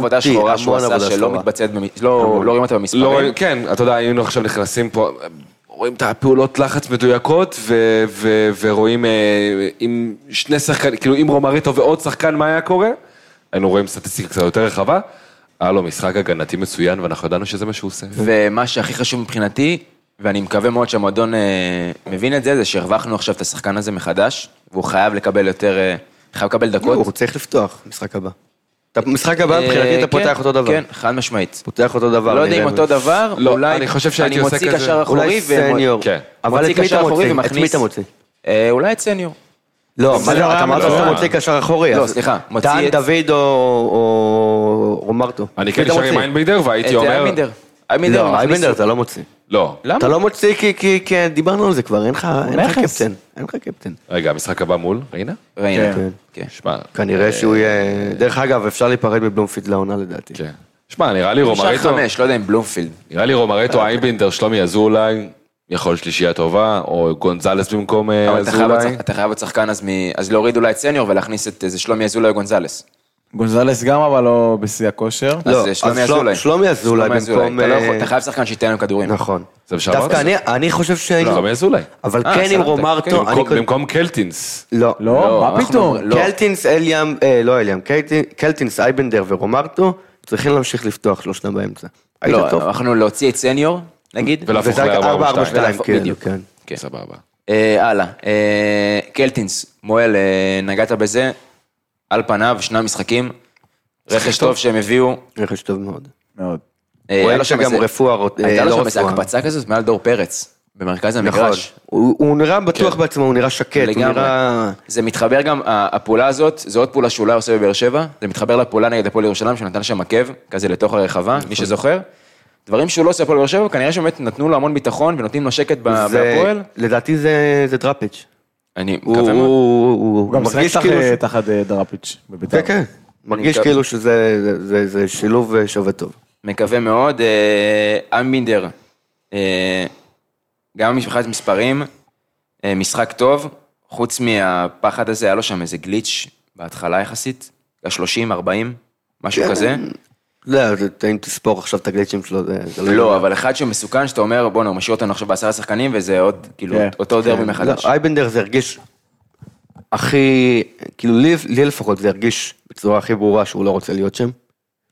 Speaker 1: שהוא עשה, שלא מתבצעת, לא רואים אותה במספרים.
Speaker 3: כן, אתה יודע, היינו עכשיו נכנסים פה, רואים את הפעולות לחץ מדויקות, ורואים עם שני שחקנים, כאילו עם רומריטו ועוד שחקן מה היה קורה, היינו רואים סטטיסטיקה קצת יותר רחבה, היה לו משחק הגנתי מצוין, ואנחנו ידענו שזה מה שהוא עושה.
Speaker 1: ומה שהכי חשוב מבחינתי, ואני מקווה מאוד שהמועדון מבין את זה, זה שהרווחנו עכשיו את השחקן הזה מחדש, והוא חייב לקבל יותר, חייב לקבל דקות.
Speaker 5: הוא צריך לפתוח, משחק הבא. משחק הבא, מבחינתי אתה פותח אותו דבר.
Speaker 1: כן, חד משמעית.
Speaker 5: פותח אותו דבר.
Speaker 1: לא יודע אם אותו דבר, אולי
Speaker 3: אני חושב שהייתי עושה
Speaker 1: מוציא
Speaker 3: כזה.
Speaker 1: קשר אחורי,
Speaker 5: אולי סניור. אבל את מי אתה מוציא?
Speaker 1: אולי את סניור.
Speaker 5: לא, אתה אמרת שאתה מוציא קשר אחורי.
Speaker 1: לא, סליחה,
Speaker 5: דן דוד או רומרטו.
Speaker 3: אני כן נשאר עם איינבינדר, והייתי אומר...
Speaker 1: אייבינדר.
Speaker 5: לא, אייבינדר אתה לא מוציא.
Speaker 3: לא.
Speaker 5: אתה לא מוציא כי דיברנו על זה כבר, אין לך קפטן. אין לך קפטן.
Speaker 3: רגע, המשחק הבא מול ריינה?
Speaker 1: ריינה.
Speaker 5: כן.
Speaker 3: שמע,
Speaker 5: כנראה שהוא יהיה... דרך אגב, אפשר להיפרד מבלומפילד לעונה לדעתי.
Speaker 3: כן. שמע, נראה לי רומריטו...
Speaker 1: 5, לא יודע אם בלומפילד.
Speaker 3: נראה לי רומריטו, אייבינדר, שלומי אזולאי, יכול שלישייה טובה, או גונזלס במקום אזולאי.
Speaker 1: אתה חייב להיות שחקן, אז להוריד אולי את סניור ולהכניס את איזה שלומי אזולאי או גונזלס.
Speaker 4: גונזלס גם, אבל לא בשיא הכושר.
Speaker 1: אז שלומי אזולאי.
Speaker 5: שלומי אזולאי במקום...
Speaker 1: אתה חייב שחקן שייתן להם כדורים.
Speaker 5: נכון.
Speaker 3: זה בשביל
Speaker 5: דווקא אני חושב
Speaker 3: שלומי אזולאי.
Speaker 5: אבל כן עם רומרטו...
Speaker 3: במקום קלטינס.
Speaker 5: לא.
Speaker 4: לא, מה פתאום?
Speaker 5: קלטינס, קלטינס, אייבנדר ורומרטו צריכים להמשיך לפתוח שלושתם באמצע.
Speaker 1: לא, אנחנו להוציא את סניור, נגיד.
Speaker 3: ולהפוך
Speaker 5: וזה
Speaker 3: ל-4-4-2.
Speaker 5: 4-4-2, כן.
Speaker 1: בדיוק.
Speaker 3: כן, סבבה.
Speaker 1: הלאה. קלטינס, מואל, נגעת בזה, על פניו, 2 משחקים, רכש טוב שהם הביאו.
Speaker 5: רכש טוב מאוד.
Speaker 4: מאוד.
Speaker 5: רואה שגם רפואה,
Speaker 1: הייתה לו שם איזו הקפצה כזאת מעל דור פרץ, במרכז המגרש.
Speaker 5: הוא נראה בטוח בעצמו, הוא נראה שקט, הוא נראה...
Speaker 1: זה מתחבר גם, הפעולה הזאת, זו עוד פעולה שאולי עושה בבאר שבע, זה מתחבר לפעולה נגד הפועל ירושלים, שנתן שם עקב, כזה לתוך הרחבה, מי שזוכר. דברים שהוא לא עושה הפועל באר שבע, כנראה שבאמת נתנו לו המון ביטחון, ונותנים לו שקט בהפועל.
Speaker 5: לדעתי זה דראפיץ'.
Speaker 1: אני מקווה מאוד.
Speaker 4: הוא גם משחק תחת דראפיץ' בביתר.
Speaker 5: כן, כן. מרגיש כאילו שזה שילוב שווה טוב.
Speaker 1: מקווה מאוד. אייבינדר, גם משפחת מספרים, משחק טוב, חוץ מהפחד הזה, היה לו שם איזה גליץ' בהתחלה יחסית, 30, 40, משהו כזה.
Speaker 5: לא, אם תספור עכשיו את הגליצ'ים שלו, זה
Speaker 1: לא, אבל אחד שמסוכן, שאתה אומר, בוא, הוא משאיר אותנו עכשיו ב10 שחקנים, וזה עוד, כאילו, אותו דרבי מחדש.
Speaker 5: אייבנדר זה הרגיש הכי, כאילו לי לפחות זה הרגיש בצורה הכי ברורה שהוא לא רוצה להיות שם.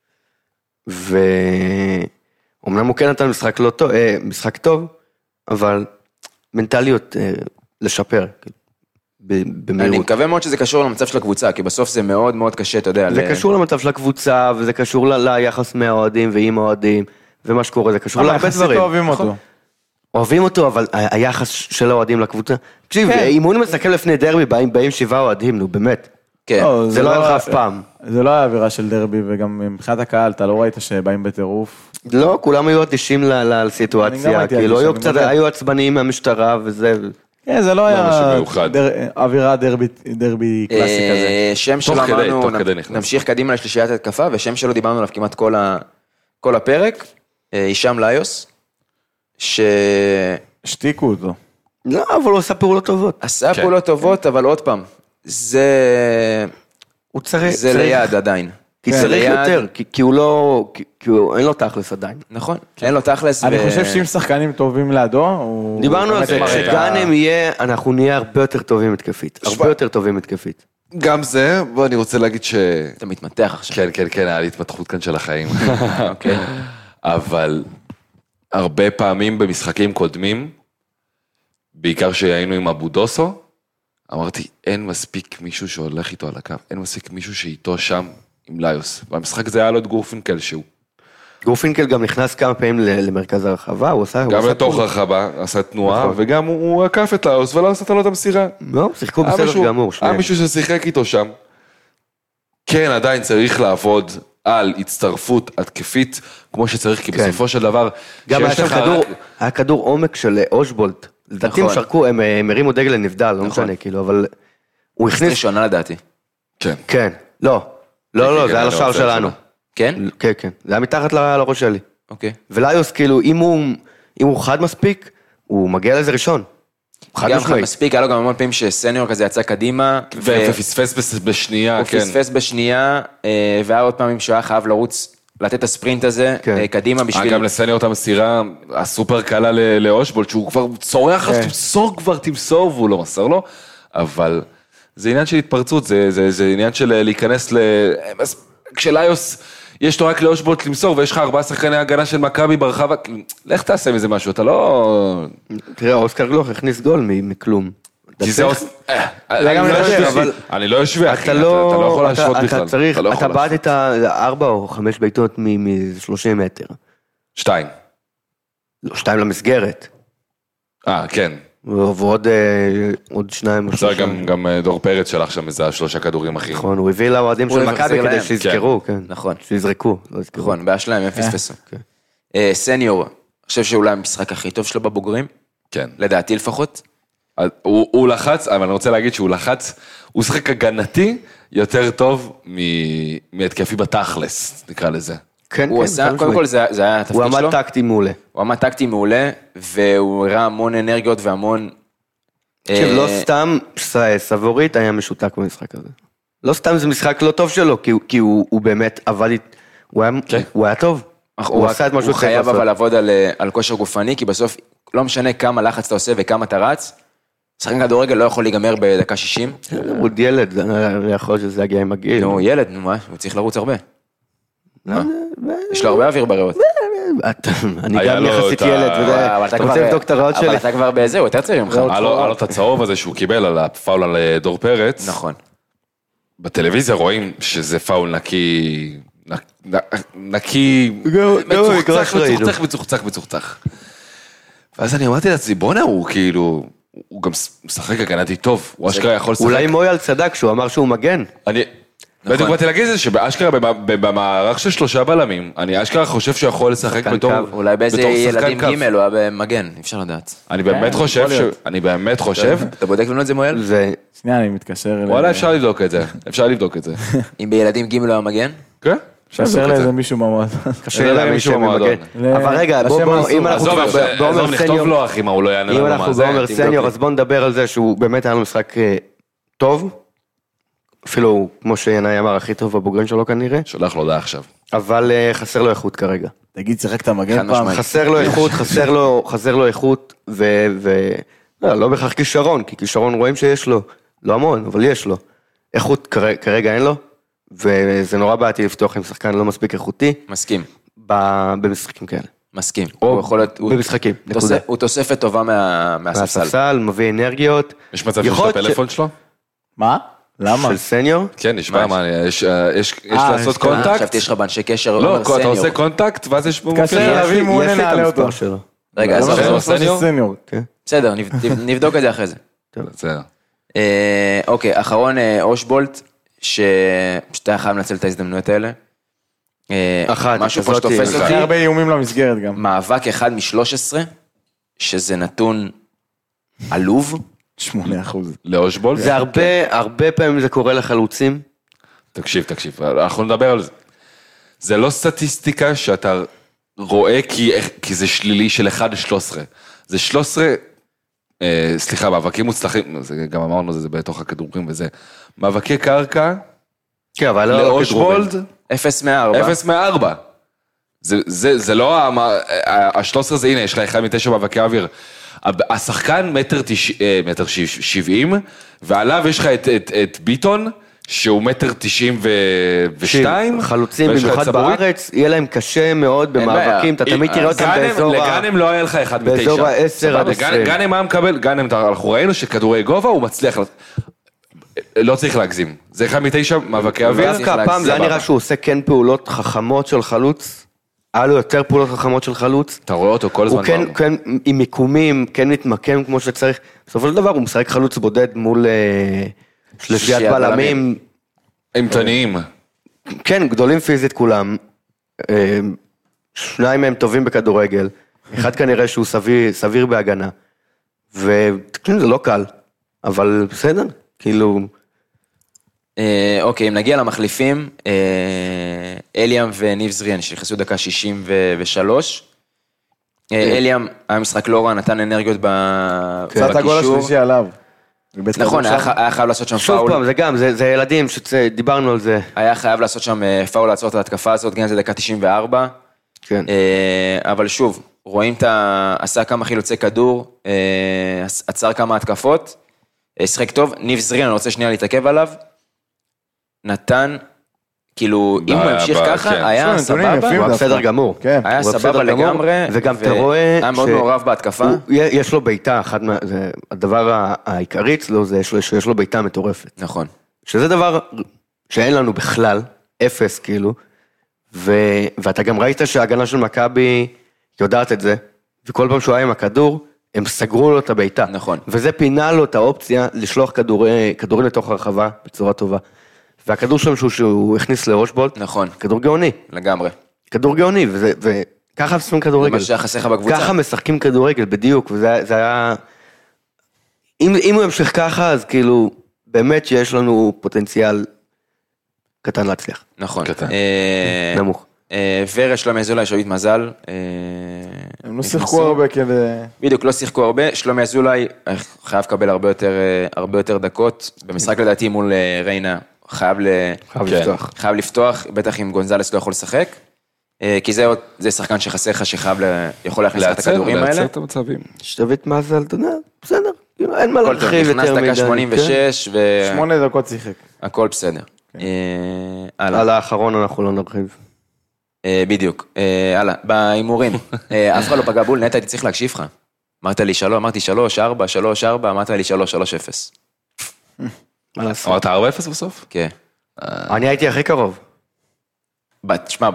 Speaker 5: ואומנם הוא כן נתן משחק טוב, אבל מנטליות לשפר, במהירות.
Speaker 1: אני מקווה מאוד שזה קשור למצב של הקבוצה, כי בסוף זה מאוד מאוד קשה, אתה יודע.
Speaker 5: זה קשור למצב של הקבוצה, וזה קשור ליחס מהאוהדים ועם האוהדים, ומה שקורה, זה קשור להרבה דברים.
Speaker 4: אוהבים אותו.
Speaker 5: אוהבים אותו, אבל היחס של האוהדים לקבוצה, תקשיב, אימון מסתכל לפני דרבי, באים 7 אוהדים, נו, באמת.
Speaker 1: כן.
Speaker 5: זה לא היה לך אף פעם.
Speaker 4: זה לא היה אווירה של דרבי, וגם מבחינת הקהל, אתה לא ראית שבאים בטירוף.
Speaker 5: לא, כולם היו אדישים לסיטואציה, כאילו היו עצבניים מהמשטרה וזה.
Speaker 4: כן, זה לא היה אווירה דרבי קלאסי כזה.
Speaker 1: שם שלו אמרנו, נמשיך קדימה לשלישיית התקפה, ושם שלו דיברנו עליו כמעט כל הפרק, הישאם ליוס,
Speaker 4: שתיקו אותו.
Speaker 5: לא, אבל הוא עשה פעולות טובות.
Speaker 1: עשה פעולות טובות, אבל עוד פעם, זה ליד עדיין.
Speaker 5: כי צריך יותר, כי הוא לא, כי אין לו תכלס עדיין.
Speaker 1: נכון, אין לו תכלס.
Speaker 4: אני חושב שאם שחקנים טובים לידו,
Speaker 5: דיברנו על זה, כשגאנם יהיה, אנחנו נהיה הרבה יותר טובים התקפית. הרבה יותר טובים התקפית.
Speaker 3: גם זה, בוא, אני רוצה להגיד
Speaker 1: אתה מתמתח עכשיו.
Speaker 3: כן, היה לי התפתחות כאן של החיים. אבל הרבה פעמים במשחקים קודמים, בעיקר שהיינו עם אבו דוסו, אמרתי, אין מספיק מישהו שהולך איתו על הקו, אין מספיק מישהו שאיתו שם עם ליוס. והמשחק זה היה לו את גורפינקל שהוא.
Speaker 5: גורפינקל גם נכנס כמה פעמים למרכז הרחבה, הוא עשה...
Speaker 3: גם לתוך הרחבה, עשה תנועה, וגם הוא עקף את ליוס ולא עשה לו את המסירה.
Speaker 5: לא, שיחקו בסדר גמור.
Speaker 3: היה מישהו ששיחק איתו שם. כן, עדיין צריך לעבוד על הצטרפות התקפית, כמו שצריך, כי בסופו של דבר...
Speaker 5: גם היה כדור עומק של אושבולט. לדעתי הם שרקו, הם הרימו דגל לנבדל, לא משנה, כאילו, אבל הוא הכניס...
Speaker 1: ראשונה לדעתי.
Speaker 3: כן.
Speaker 5: לא, זה היה לשער שלנו.
Speaker 1: כן?
Speaker 5: כן. זה היה מתחת לראש שלי.
Speaker 1: אוקיי.
Speaker 5: וליוס, כאילו, אם הוא חד מספיק, הוא מגיע לזה ראשון.
Speaker 1: גם חד מספיק, היה לו גם המון פעמים שסניור כזה יצא קדימה.
Speaker 3: ופספס בשנייה, כן.
Speaker 1: הוא פספס בשנייה, והיה עוד פעמים שהוא היה חייב לרוץ לתת את הספרינט הזה קדימה בשביל...
Speaker 3: גם לסניור את המסירה הסופר קלה לאושבולט, שהוא כבר צורח, תמסור, והוא לא מסר לו, אבל זה עניין של התפרצות, זה עניין של להיכנס כשליוס יש לו רק לאושבולט למסור, ויש לך 4 שחקני הגנה של מכבי ברחבה, לך תעשה מזה משהו, אתה לא...
Speaker 5: תראה, אוסקר גלוך הכניס גול מכלום.
Speaker 3: אני לא יושבי, אחי, אתה לא יכול להשוות בכלל.
Speaker 5: אתה בעטת 4 או 5 בעיטות מ-30 מטר.
Speaker 3: 2.
Speaker 5: 2 למסגרת.
Speaker 3: כן.
Speaker 5: ועוד 2 או 3.
Speaker 3: גם דור פרץ שלח שם איזה 3 כדורים אחי.
Speaker 5: נכון, הוא הביא לאוהדים של מכבי כדי שיזכרו,
Speaker 1: נכון.
Speaker 5: שיזרקו.
Speaker 1: נכון, בהשלהם, הם פספסו. סניור, אני חושב שאולי המשחק הכי טוב שלו בבוגרים.
Speaker 3: כן.
Speaker 1: לדעתי לפחות.
Speaker 3: הוא לחץ, אבל אני רוצה להגיד שהוא לחץ, הוא שחק הגנתי יותר טוב מהתקפי בתכלס, נקרא לזה.
Speaker 5: כן,
Speaker 1: הוא עשה, קודם כל זה היה התפקיד שלו.
Speaker 5: הוא עמד טקטי מעולה.
Speaker 1: הוא עמד טקטי מעולה, והוא הראה המון אנרגיות והמון...
Speaker 5: תקשיב, לא סתם סבורית היה משותק במשחק הזה. לא סתם זה משחק לא טוב שלו, כי הוא באמת עבד, הוא היה טוב. הוא עשה את מה שהוא צריך לעשות.
Speaker 1: הוא חייב אבל לעבוד על כושר גופני, כי בסוף לא משנה כמה לחץ אתה עושה וכמה אתה רץ, שחקן כדורגל לא יכול להיגמר בדקה 60.
Speaker 5: הוא עוד ילד, יכול להיות שזה יגיע עם הגיל.
Speaker 1: הוא ילד, הוא צריך לרוץ הרבה. יש לו הרבה אוויר בריאות.
Speaker 5: אני גם יחסית ילד, אתה רוצה לבדוק את הרעות שלי.
Speaker 1: אבל אתה כבר באיזה, הוא יותר צעיר ממך.
Speaker 3: היה לו את הצהוב הזה שהוא קיבל על הפאול על דור פרץ.
Speaker 1: נכון.
Speaker 3: בטלוויזיה רואים שזה פאול נקי, מצוחצח. ואז אני אמרתי לעצמי, בונה הוא כאילו, הוא גם משחק הגנתי טוב, הוא אשכרה יכול לשחק.
Speaker 5: אולי מויאל צדק שהוא אמר שהוא מגן.
Speaker 3: בדיוק באתי להגיד את זה, שבאשכרה במערך של 3 בלמים, אני אשכרה חושב שהוא יכול לשחק בתור שחקן קו.
Speaker 1: אולי באיזה ילדים ג' הוא היה במגן, אי אפשר לדעת.
Speaker 3: אני באמת חושב,
Speaker 1: אתה בודק לנו את זה מויאל?
Speaker 4: שנייה, אני מתקשר.
Speaker 3: וואלה, אפשר לבדוק את זה.
Speaker 1: אם בילדים ג' הוא היה מגן?
Speaker 3: כן.
Speaker 4: קשר לאיזה מישהו במועדון.
Speaker 5: קשר לאיזה במועדון. אבל רגע, אם אנחנו
Speaker 3: נכתוב לו אחי, מה הוא לא יענה לנו מה זה.
Speaker 5: אם אנחנו באומר סניור, אז בוא נדבר על זה שהוא באמת היה לו משחק טוב. אפילו, כמו שינאי אמר, הכי טוב בבוגרים שלו כנראה.
Speaker 3: שולח לו דעה עכשיו.
Speaker 5: אבל חסר לו איכות כרגע.
Speaker 4: תגיד, צריך את המגן פעם.
Speaker 5: חסר לו איכות, חסר לו איכות, לא בכך כישרון, כי כישרון רואים שיש לו, לא המון, אבל יש לו. איכות כרגע אין לו, וזה נורא בעייתי לפתוח עם שחקן לא מספיק איכותי.
Speaker 1: מסכים.
Speaker 5: במשחקים כאלה.
Speaker 1: מסכים.
Speaker 5: או במשחקים, נקודה.
Speaker 1: הוא תוספת טובה מהספסל.
Speaker 5: מהספסל, מביא אנרגיות.
Speaker 3: יש מצב שיש את הפלאפון שלו?
Speaker 4: מה? למה?
Speaker 5: של סניור?
Speaker 3: כן, נשמע, יש לעשות קונטקט?
Speaker 1: חשבתי יש לך באנשי קשר.
Speaker 3: לא, אתה עושה קונטקט, ואז יש...
Speaker 4: קשר להביא מעולה נעלה אותו.
Speaker 1: רגע, אז
Speaker 4: סניור.
Speaker 1: בסדר, נבדוק את זה אחרי זה.
Speaker 3: בסדר.
Speaker 1: אוקיי, אחרון אושבולט, שאתה חייב לנצל את ההזדמנויות האלה. משהו פה שתופס אותי.
Speaker 4: הרבה איומים למסגרת גם.
Speaker 1: מאבק 1 מ-13, שזה נתון עלוב.
Speaker 4: 8%.
Speaker 3: לאושבולט?
Speaker 5: זה הרבה פעמים זה קורה לחלוצים.
Speaker 3: תקשיב, אנחנו נדבר על זה. זה לא סטטיסטיקה שאתה רואה כי זה שלילי של 1-13. זה 13, סליחה, מאבקים מוצלחים, גם אמרנו זה בתוך הכדורים וזה, מאבקי קרקע,
Speaker 5: כן, אבל
Speaker 3: לאושבולט,
Speaker 1: 0 מ-4.
Speaker 3: 0 מ-4. זה לא, ה-13 זה, הנה, יש לך 1 מ-9 מאבקי אוויר. השחקן 1.70 מטר, ועליו יש לך את ביטון, שהוא 1.92 מטר.
Speaker 5: חלוצים במיוחד בארץ, יהיה להם קשה מאוד במאבקים, אתה תמיד תראה אותם באזור
Speaker 3: לגאנם לא היה לך 1 מ-9.
Speaker 5: באזור ה-10 עד 20.
Speaker 3: גאנם היה מקבל, גאנם, אנחנו ראינו שכדורי גובה הוא מצליח, לא צריך להגזים. זה 1 מ-9 מאבקי אוויר.
Speaker 5: דווקא הפעם זה נראה שהוא עושה כן פעולות חכמות של חלוץ, היה לו יותר פעולות חכמות של חלוץ.
Speaker 3: אתה רואה אותו כל הזמן.
Speaker 5: הוא כן עם מיקומים, כן מתמקם כמו שצריך. בסופו של דבר הוא משחק חלוץ בודד מול שלישיית בלמים.
Speaker 3: אימתניים.
Speaker 5: כן, גדולים פיזית כולם. 2 מהם טובים בכדורגל. אחד כנראה שהוא סביר בהגנה. וכן, זה לא קל. אבל בסדר, כאילו...
Speaker 1: אוקיי, אם נגיע למחליפים, אליאם וניב זריאן שנכנסו דקה 63. אליאם היה משחק לא רע, נתן אנרגיות בקישור.
Speaker 4: קצת הגול השלישי עליו. בבית
Speaker 1: נכון,
Speaker 4: כדור שם.
Speaker 1: היה חייב לעשות שם
Speaker 5: שוב
Speaker 1: פאול.
Speaker 5: פעם, זה גם, זה ילדים שדיברנו על זה.
Speaker 1: היה חייב לעשות שם פאול לעצור את ההתקפה הזאת, גם זה דקה 94.
Speaker 5: כן.
Speaker 1: אבל שוב, רואים עשה כמה חילוצי כדור, עצר כמה התקפות, שחק טוב, ניב זרין, אני רוצה שנייה להתעכב עליו, נתן, כאילו, אם הוא המשיך ככה,
Speaker 3: כן.
Speaker 1: היה
Speaker 4: נתונים
Speaker 1: סבבה,
Speaker 4: יפים.
Speaker 5: הוא
Speaker 4: דווקא.
Speaker 5: בסדר גמור.
Speaker 4: כן.
Speaker 1: היה
Speaker 5: הוא
Speaker 1: סבבה
Speaker 5: בסדר גמור,
Speaker 1: לגמרי,
Speaker 5: וגם אתה רואה
Speaker 1: היה מאוד מעורב בהתקפה.
Speaker 5: יש לו בעיטה, הדבר העיקרי אצלו זה שיש לו בעיטה מטורפת.
Speaker 1: נכון.
Speaker 5: שזה דבר שאין לנו בכלל, אפס כאילו, ואתה גם ראית שההגנה של מכבי יודעת את זה, וכל פעם שהוא היה עם הכדור, הם סגרו לו את הבעיטה.
Speaker 1: נכון.
Speaker 5: וזה פינה לו את האופציה לשלוח כדורים לתוך הרחבה בצורה טובה. והכדור שם שהוא הכניס לראשבולט,
Speaker 1: נכון.
Speaker 5: כדור גאוני,
Speaker 1: לגמרי.
Speaker 5: כדור גאוני, וככה משחקים כדורגל.
Speaker 1: זה מה שהיה חסר לך בקבוצה.
Speaker 5: ככה משחקים כדורגל, בדיוק, וזה היה... אם הוא ימשיך ככה, אז כאילו, באמת שיש לנו פוטנציאל קטן להצליח.
Speaker 1: נכון.
Speaker 3: קטן.
Speaker 5: נמוך.
Speaker 1: ורש שלומי אזולאי שביט מזל.
Speaker 4: הם לא שיחקו הרבה כדי...
Speaker 1: בדיוק, לא שיחקו הרבה. שלומי אזולאי חייב לקבל הרבה יותר דקות. במשחק לדעתי מול ריינה חייב
Speaker 5: לפתוח.
Speaker 1: חייב לפתוח, בטח אם גונזלס לא יכול לשחק. כי זה שחקן שחסר לך יכול להכניס את הכדורים האלה.
Speaker 3: לייצר את המצבים.
Speaker 5: שביט מזל, אתה יודע, בסדר. אין מה להרחיב יותר מדי.
Speaker 1: נכנס דקה 86
Speaker 4: 8 דקות שיחק.
Speaker 1: והכל בסדר.
Speaker 5: על האחרון אנחנו לא נרחיב.
Speaker 1: בדיוק, הלאה, בהימורים, אף אחד לא פגע בול, נטע הייתי צריך להקשיב לך. אמרתי 3, 4, 3, 4, אמרת לי 3, 3, 0.
Speaker 5: מה לעשות?
Speaker 3: אמרת 4-0 בסוף?
Speaker 1: כן.
Speaker 5: אני הייתי הכי קרוב.
Speaker 1: תשמע,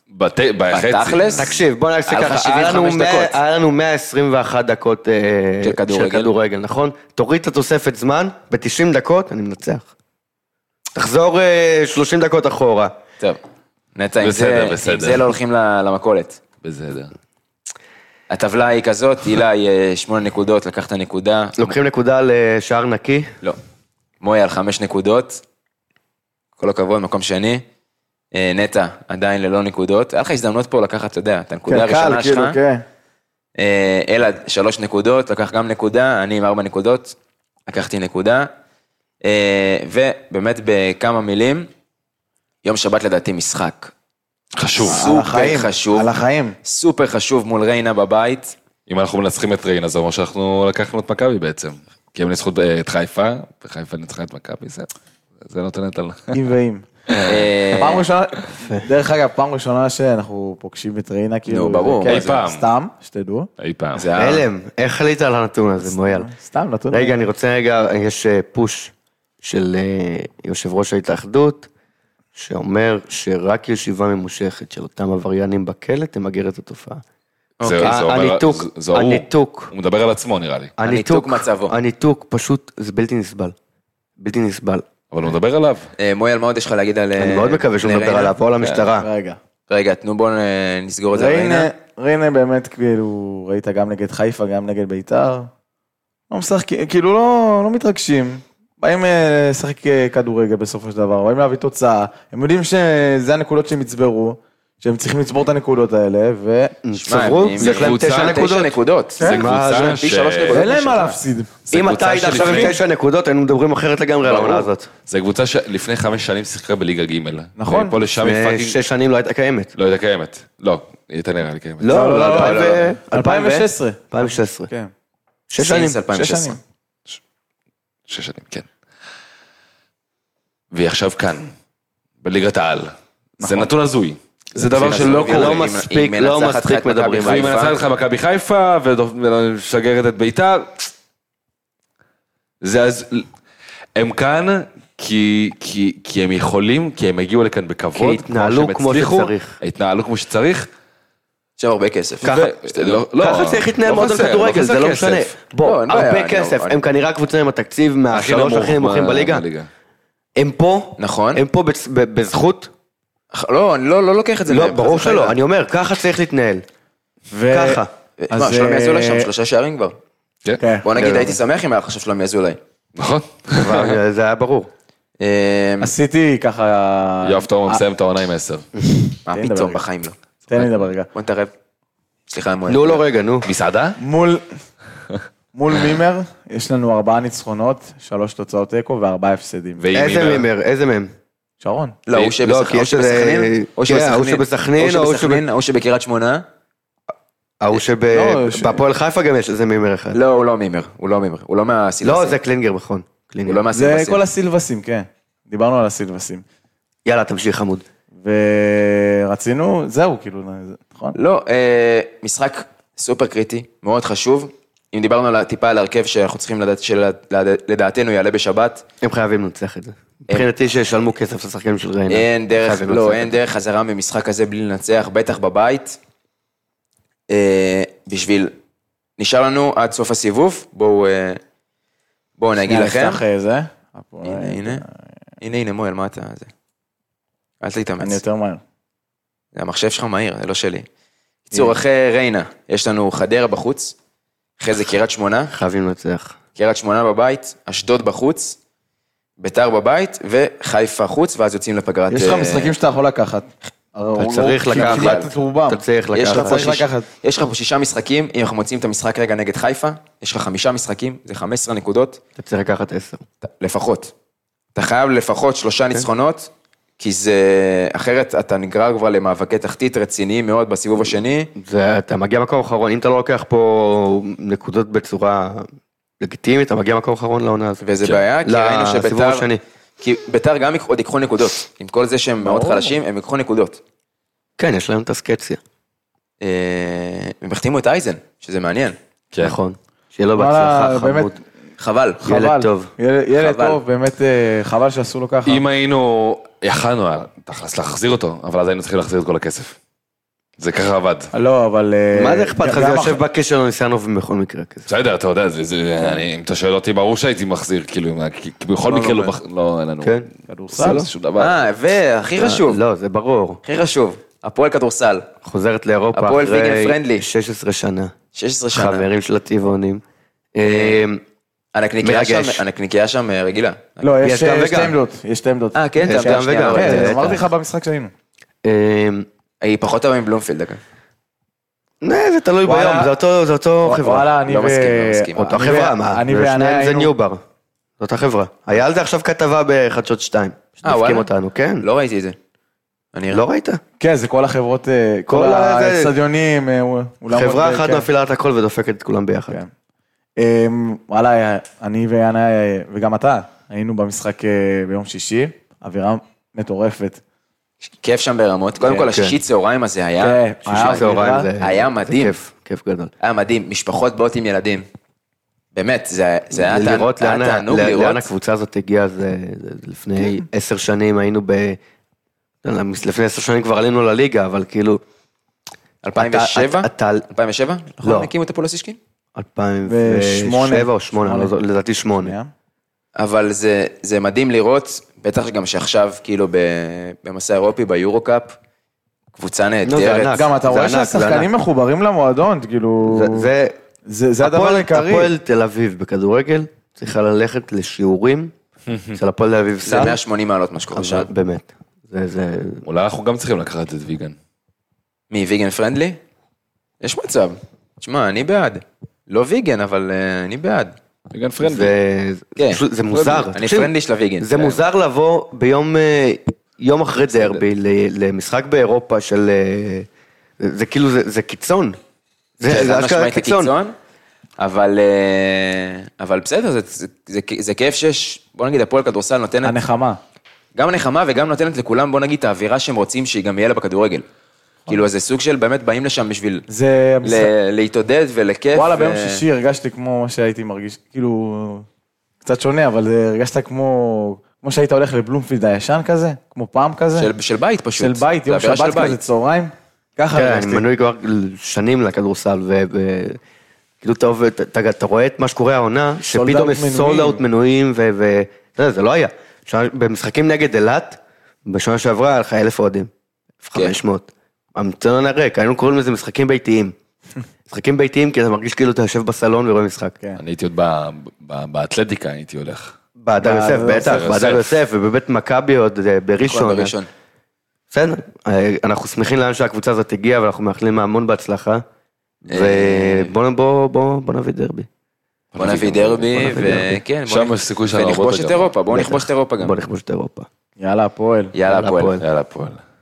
Speaker 3: בתכלס?
Speaker 5: תקשיב, בוא נעשה
Speaker 1: היה לך
Speaker 5: ככה,
Speaker 1: 75 דקות.
Speaker 5: היה לנו 121 דקות
Speaker 1: של כדורגל.
Speaker 5: נכון? תוריד את התוספת זמן, ב-90 דקות אני מנצח. תחזור 30 דקות אחורה.
Speaker 1: טוב, נטע, עם
Speaker 3: בסדר.
Speaker 1: זה לא הולכים למכולת.
Speaker 3: בסדר.
Speaker 1: הטבלה היא כזאת, הילה היא 8 נקודות, לקחת נקודה.
Speaker 5: לוקחים נקודה לשער נקי.
Speaker 1: לא. מויה על 5 נקודות. כל הכבוד, מקום שני. נטע, עדיין ללא נקודות. היה לך הזדמנות פה לקחת, אתה יודע, את הנקודה הראשונה שלך.
Speaker 4: כן.
Speaker 1: אלעד, 3 נקודות, לקח גם נקודה, אני עם 4 נקודות, לקחתי נקודה. ובאמת בכמה מילים, יום שבת לדעתי משחק.
Speaker 3: חשוב.
Speaker 1: סופר חשוב.
Speaker 4: על החיים.
Speaker 1: סופר חשוב מול ריינה בבית.
Speaker 3: אם אנחנו מנצחים את ריינה, זה אומר שאנחנו לקחנו את מכבי בעצם. כי הם ניצחו את חיפה, וחיפה ניצחה את מכבי, זה נותנת על...
Speaker 4: אם ואם. פעם ראשונה, דרך אגב, פעם ראשונה שאנחנו פוגשים את ריינה, כאילו...
Speaker 1: ברור.
Speaker 4: כן,
Speaker 3: אי
Speaker 4: זה
Speaker 3: פעם.
Speaker 4: סתם, שתדעו.
Speaker 3: אי פעם.
Speaker 5: הלם, איך עלית על הנתון הזה, מויאל?
Speaker 4: סתם, נתון.
Speaker 5: רגע, אני רוצה יש פוש של יושב ראש ההתאחדות, שאומר שרק ישיבה ממושכת של אותם עבריינים בכלא תמגר את התופעה. הניתוק.
Speaker 3: הוא מדבר על עצמו נראה לי.
Speaker 1: הניתוק מצבו.
Speaker 5: הניתוק פשוט, זה בלתי נסבל. בלתי נסבל.
Speaker 3: אבל הוא מדבר עליו.
Speaker 1: מויאל, מה עוד יש לך להגיד על...
Speaker 5: אני מאוד מקווה שהוא מדבר עליו, או על המשטרה.
Speaker 4: רגע.
Speaker 1: תנו בואו נסגור את זה על ריינה.
Speaker 4: ריינה באמת, כאילו, ראית גם נגד חיפה, גם נגד ביתר. לא משחקים, כאילו לא מתרגשים. באים לשחק כדורגל בסופו של דבר, באים להביא תוצאה. הם יודעים שזה הנקודות שהם יצברו, שהם צריכים לצבור את הנקודות האלה,
Speaker 5: צברו, יש להם 9 נקודות.
Speaker 3: זה קבוצה ש...
Speaker 4: אין להם מה להפסיד.
Speaker 5: אם אתה היית עכשיו עם 9 נקודות, היינו מדברים אחרת לגמרי על העונה הזאת.
Speaker 3: זה קבוצה שלפני 5 שנים שיחקה בליגה ג'.
Speaker 4: נכון.
Speaker 3: פה לשם היא פאקינג...
Speaker 5: 6 שנים לא הייתה קיימת.
Speaker 3: לא הייתה קיימת. לא, היא הייתה נראה לי קיימת.
Speaker 5: לא,
Speaker 4: 2016.
Speaker 5: 2016.
Speaker 4: כן.
Speaker 5: 6 שנים.
Speaker 1: 2016.
Speaker 3: 6 שנים, כן. והיא עכשיו כאן, בליגת העל. זה נתון הזוי. זה דבר שלא קורה.
Speaker 5: לא מספיק מדברים.
Speaker 3: והיא מנצחת לך מכבי חיפה, ומשגרת את ביתר. הם כאן כי הם יכולים, כי הם הגיעו לכאן בכבוד.
Speaker 5: כי התנהלו כמו שצריך.
Speaker 3: התנהלו כמו שצריך.
Speaker 1: עכשיו הרבה כסף.
Speaker 5: ככה צריך להתנהל מאוד על כדורגל, זה לא משנה. בוא, הרבה כסף. הם כנראה הקבוצה עם התקציב מהשלוש הכי נמוכים בליגה. הם פה,
Speaker 1: נכון.
Speaker 5: הם פה בזכות.
Speaker 1: לא, אני לא לוקח את זה.
Speaker 5: לא, ברור שלא, אני אומר, ככה צריך להתנהל. ככה.
Speaker 1: מה, שלומי אזולאי שם 3 שערים כבר.
Speaker 3: כן.
Speaker 1: בוא נגיד, הייתי שמח אם היה חשוב שלומי אזולאי.
Speaker 3: נכון.
Speaker 5: זה היה ברור.
Speaker 4: עשיתי ככה...
Speaker 3: יואב תאום מסיים את העונה עם 10.
Speaker 1: מה פתאום, בחיים לא.
Speaker 4: תן לי לדבר רגע.
Speaker 1: בוא נתערב. סליחה, מועד.
Speaker 5: נו, לא רגע, נו.
Speaker 3: מסעדה?
Speaker 4: מול מימר, יש לנו 4 ניצחונות, 3 תוצאות אקו ו4 הפסדים.
Speaker 5: איזה מימר? איזה מהם?
Speaker 4: שרון.
Speaker 1: לא, הוא שבסכנין, הוא שבקריית שמונה.
Speaker 5: ההוא שבפועל חיפה גם יש איזה מימר אחד.
Speaker 1: לא, הוא לא מימר, הוא לא מהסילבסים.
Speaker 5: לא, זה קלינגר, נכון.
Speaker 1: הוא לא
Speaker 4: זה
Speaker 1: מהסילבסים.
Speaker 4: כל הסילבסים, כן. דיברנו על הסילבסים.
Speaker 5: יאללה, תמשיך חמוד.
Speaker 4: ורצינו, זהו, כאילו, נכון?
Speaker 1: לא, משחק סופר קריטי, מאוד חשוב. אם דיברנו טיפה על הרכב שאנחנו צריכים לדעת, שלדעתנו יעלה בשבת.
Speaker 5: הם חייבים לנצח את זה. מבחינתי שישלמו כסף לשחקנים של ריינה.
Speaker 1: אין דרך חזרה ממשחק הזה בלי לנצח, בטח בבית. בשביל, נשאר לנו עד סוף הסיבוב, בואו נגיד לכם. הנה, מואל, מה אתה? אל תתאמץ.
Speaker 4: אני יותר מהר.
Speaker 1: זה המחשב שלך מהיר, זה לא שלי. קיצור, אחרי ריינה, יש לנו חדרה בחוץ, אחרי זה קריית שמונה.
Speaker 5: חייבים לנצח.
Speaker 1: קריית שמונה בבית, אשדוד בחוץ, ביתר בבית, וחיפה חוץ, ואז יוצאים לפגרת...
Speaker 4: יש לך משחקים שאתה יכול לקחת.
Speaker 5: אתה צריך לקחת. אתה צריך לקחת.
Speaker 1: יש לך פה 6 משחקים, אם אנחנו מוצאים את המשחק רגע נגד חיפה, יש לך 5 משחקים, זה 15 נקודות.
Speaker 5: אתה צריך לקחת 10.
Speaker 1: לפחות. אתה חייב לפחות 3 ניצחונות, כי זה, אחרת אתה נגרר כבר למאבקי תחתית רציניים מאוד בסיבוב השני.
Speaker 5: אתה מגיע מקום אחרון, אם אתה לא לוקח פה נקודות בצורה לגיטימית, אתה מגיע מקום אחרון לעונה הזאת.
Speaker 1: וזה בעיה, כי ראינו שביתר, כי ביתר גם עוד ייקחו נקודות, עם כל זה שהם מאוד חלשים, הם ייקחו נקודות.
Speaker 5: כן, יש להם את הסקציה.
Speaker 1: הם החתימו את אייזן, שזה מעניין.
Speaker 5: נכון. שיהיה לו בהצלחה חמוד.
Speaker 1: חבל.
Speaker 5: ילד טוב.
Speaker 4: ילד טוב, באמת חבל שעשו לו ככה.
Speaker 3: אם היינו, יכלנו להחזיר אותו, אבל אז היינו צריכים להחזיר את כל הכסף. זה ככה עבד.
Speaker 4: לא, אבל...
Speaker 5: מה זה אכפת לך? זה יושב בקשר לניסיאנוב בכל מקרה כזה.
Speaker 3: בסדר, אתה יודע, אם אתה שואל אותי, ברור שהייתי מחזיר, כאילו, כי בכל מקרה לא, אין לנו.
Speaker 5: כן.
Speaker 3: כדורסל, זה שום דבר.
Speaker 1: והכי חשוב.
Speaker 5: לא, זה ברור.
Speaker 1: הכי חשוב, הפועל כדורסל.
Speaker 5: חוזרת לאירופה
Speaker 1: הפועל ויגן
Speaker 5: אחרי
Speaker 1: פרנדלי.
Speaker 5: 16 שנה.
Speaker 1: 16 שנה.
Speaker 5: חברים של הטבעונים.
Speaker 1: הנקניקייה שם רגילה.
Speaker 4: לא, יש 2 עמדות. יש 2 עמדות.
Speaker 1: כן,
Speaker 5: גם וגם.
Speaker 4: אמרתי לך במשחק שהיינו.
Speaker 1: היא פחות טובה מבלומפילד, אגב.
Speaker 5: זה תלוי ביום, זה אותו חברה.
Speaker 4: וואלה, אני
Speaker 1: לא מסכים.
Speaker 5: אותה חברה, מה? ושניהם זה ניובר. זאת אותה חברה. היה על זה עכשיו כתבה בחדשות 2. שדפקים אותנו, כן.
Speaker 1: לא ראיתי את זה.
Speaker 5: לא ראית?
Speaker 4: כן, זה כל החברות, כל הסטדיונים.
Speaker 5: חברה אחת מפעילה את הכל ודופקת את כולם ביחד.
Speaker 4: וואלה, אני ויאנה, וגם אתה, היינו במשחק ביום שישי, אווירה מטורפת.
Speaker 1: כיף שם ברמות, קודם כל השישי צהריים הזה היה, היה מדהים.
Speaker 5: כיף גדול.
Speaker 1: היה מדהים, משפחות באות עם ילדים. באמת, זה היה תענוג לראות.
Speaker 5: לאן הקבוצה הזאת הגיעה, זה לפני 10 שנים היינו לפני 10 שנים כבר עלינו לליגה, אבל כאילו...
Speaker 1: 2007? 2007?
Speaker 5: לא.
Speaker 1: הקימו את הפועל אוסישקין?
Speaker 5: 2007 או 8, לדעתי 8.
Speaker 1: אבל זה מדהים לראות, בטח גם שעכשיו, כאילו, במסע אירופי, ביורו-קאפ, קבוצה נהדרת.
Speaker 4: גם אתה רואה שהשחקנים מחוברים למועדון, כאילו... זה הדבר העיקרי.
Speaker 5: הפועל תל אביב בכדורגל צריכה ללכת לשיעורים של הפועל תל אביב סל.
Speaker 1: זה 180 מעלות מה שקורה שם.
Speaker 5: באמת.
Speaker 3: אולי אנחנו גם צריכים לקחת את ויגן.
Speaker 1: מי, ויגן פרנדלי? יש מצב. תשמע, אני בעד. לא ויגן, אבל אני בעד.
Speaker 3: ויגן פרנדלי.
Speaker 5: זה מוזר.
Speaker 1: אני פרנדלי של הוויגן.
Speaker 5: זה מוזר לבוא יום אחרי דרבי למשחק באירופה של... זה כאילו, זה קיצון.
Speaker 1: זה אשכרה קיצון. אבל בסדר, זה כיף שיש, בוא נגיד, הפועל כדורסל נותנת...
Speaker 4: הנחמה.
Speaker 1: גם הנחמה וגם נותנת לכולם, בוא נגיד, את האווירה שהם רוצים שהיא גם יהיה לה בכדורגל. כאילו, זה סוג של באמת באים לשם בשביל להתעודד ולכיף.
Speaker 4: וואלה, ביום שישי הרגשתי כמו מה שהייתי מרגיש, כאילו, קצת שונה, אבל הרגשת כמו שהיית הולך לבלומפילד הישן כזה, כמו פעם כזה.
Speaker 1: של בית פשוט.
Speaker 4: של בית, יום שבת כזה, צהריים. ככה הרגשתי.
Speaker 5: אני מנוי כבר שנים לכדורסל, וכאילו אתה רואה את מה שקורה העונה, שפתאום יש סולד אאוט מנויים, זה לא היה. במשחקים נגד אלת, בשנה שעברה היה לך 1,000 אוהדים, 1,500. המצטרן הריק, היינו קוראים לזה משחקים ביתיים. משחקים ביתיים, כי אתה מרגיש כאילו אתה יושב בסלון ורואה משחק.
Speaker 3: אני הייתי עוד באתלטיקה, הייתי הולך.
Speaker 5: בהדר יוסף, בטח, בהדר יוסף, ובבית מכבי עוד בראשון. בסדר, אנחנו שמחים לאן שהקבוצה הזאת הגיעה, ואנחנו מאחלים המון בהצלחה, ובוא נביא דרבי.
Speaker 1: בוא נביא דרבי, וכן,
Speaker 3: שם יש סיכוי שלנו הרבה
Speaker 1: ונכבוש
Speaker 3: יותר
Speaker 1: את
Speaker 3: גבוה.
Speaker 1: אירופה, בואו נכבוש את אירופה גם.
Speaker 5: בוא נכבוש את אירופה.
Speaker 4: יאללה, הפועל.
Speaker 1: יאללה, הפועל.
Speaker 3: יאללה, הפועל.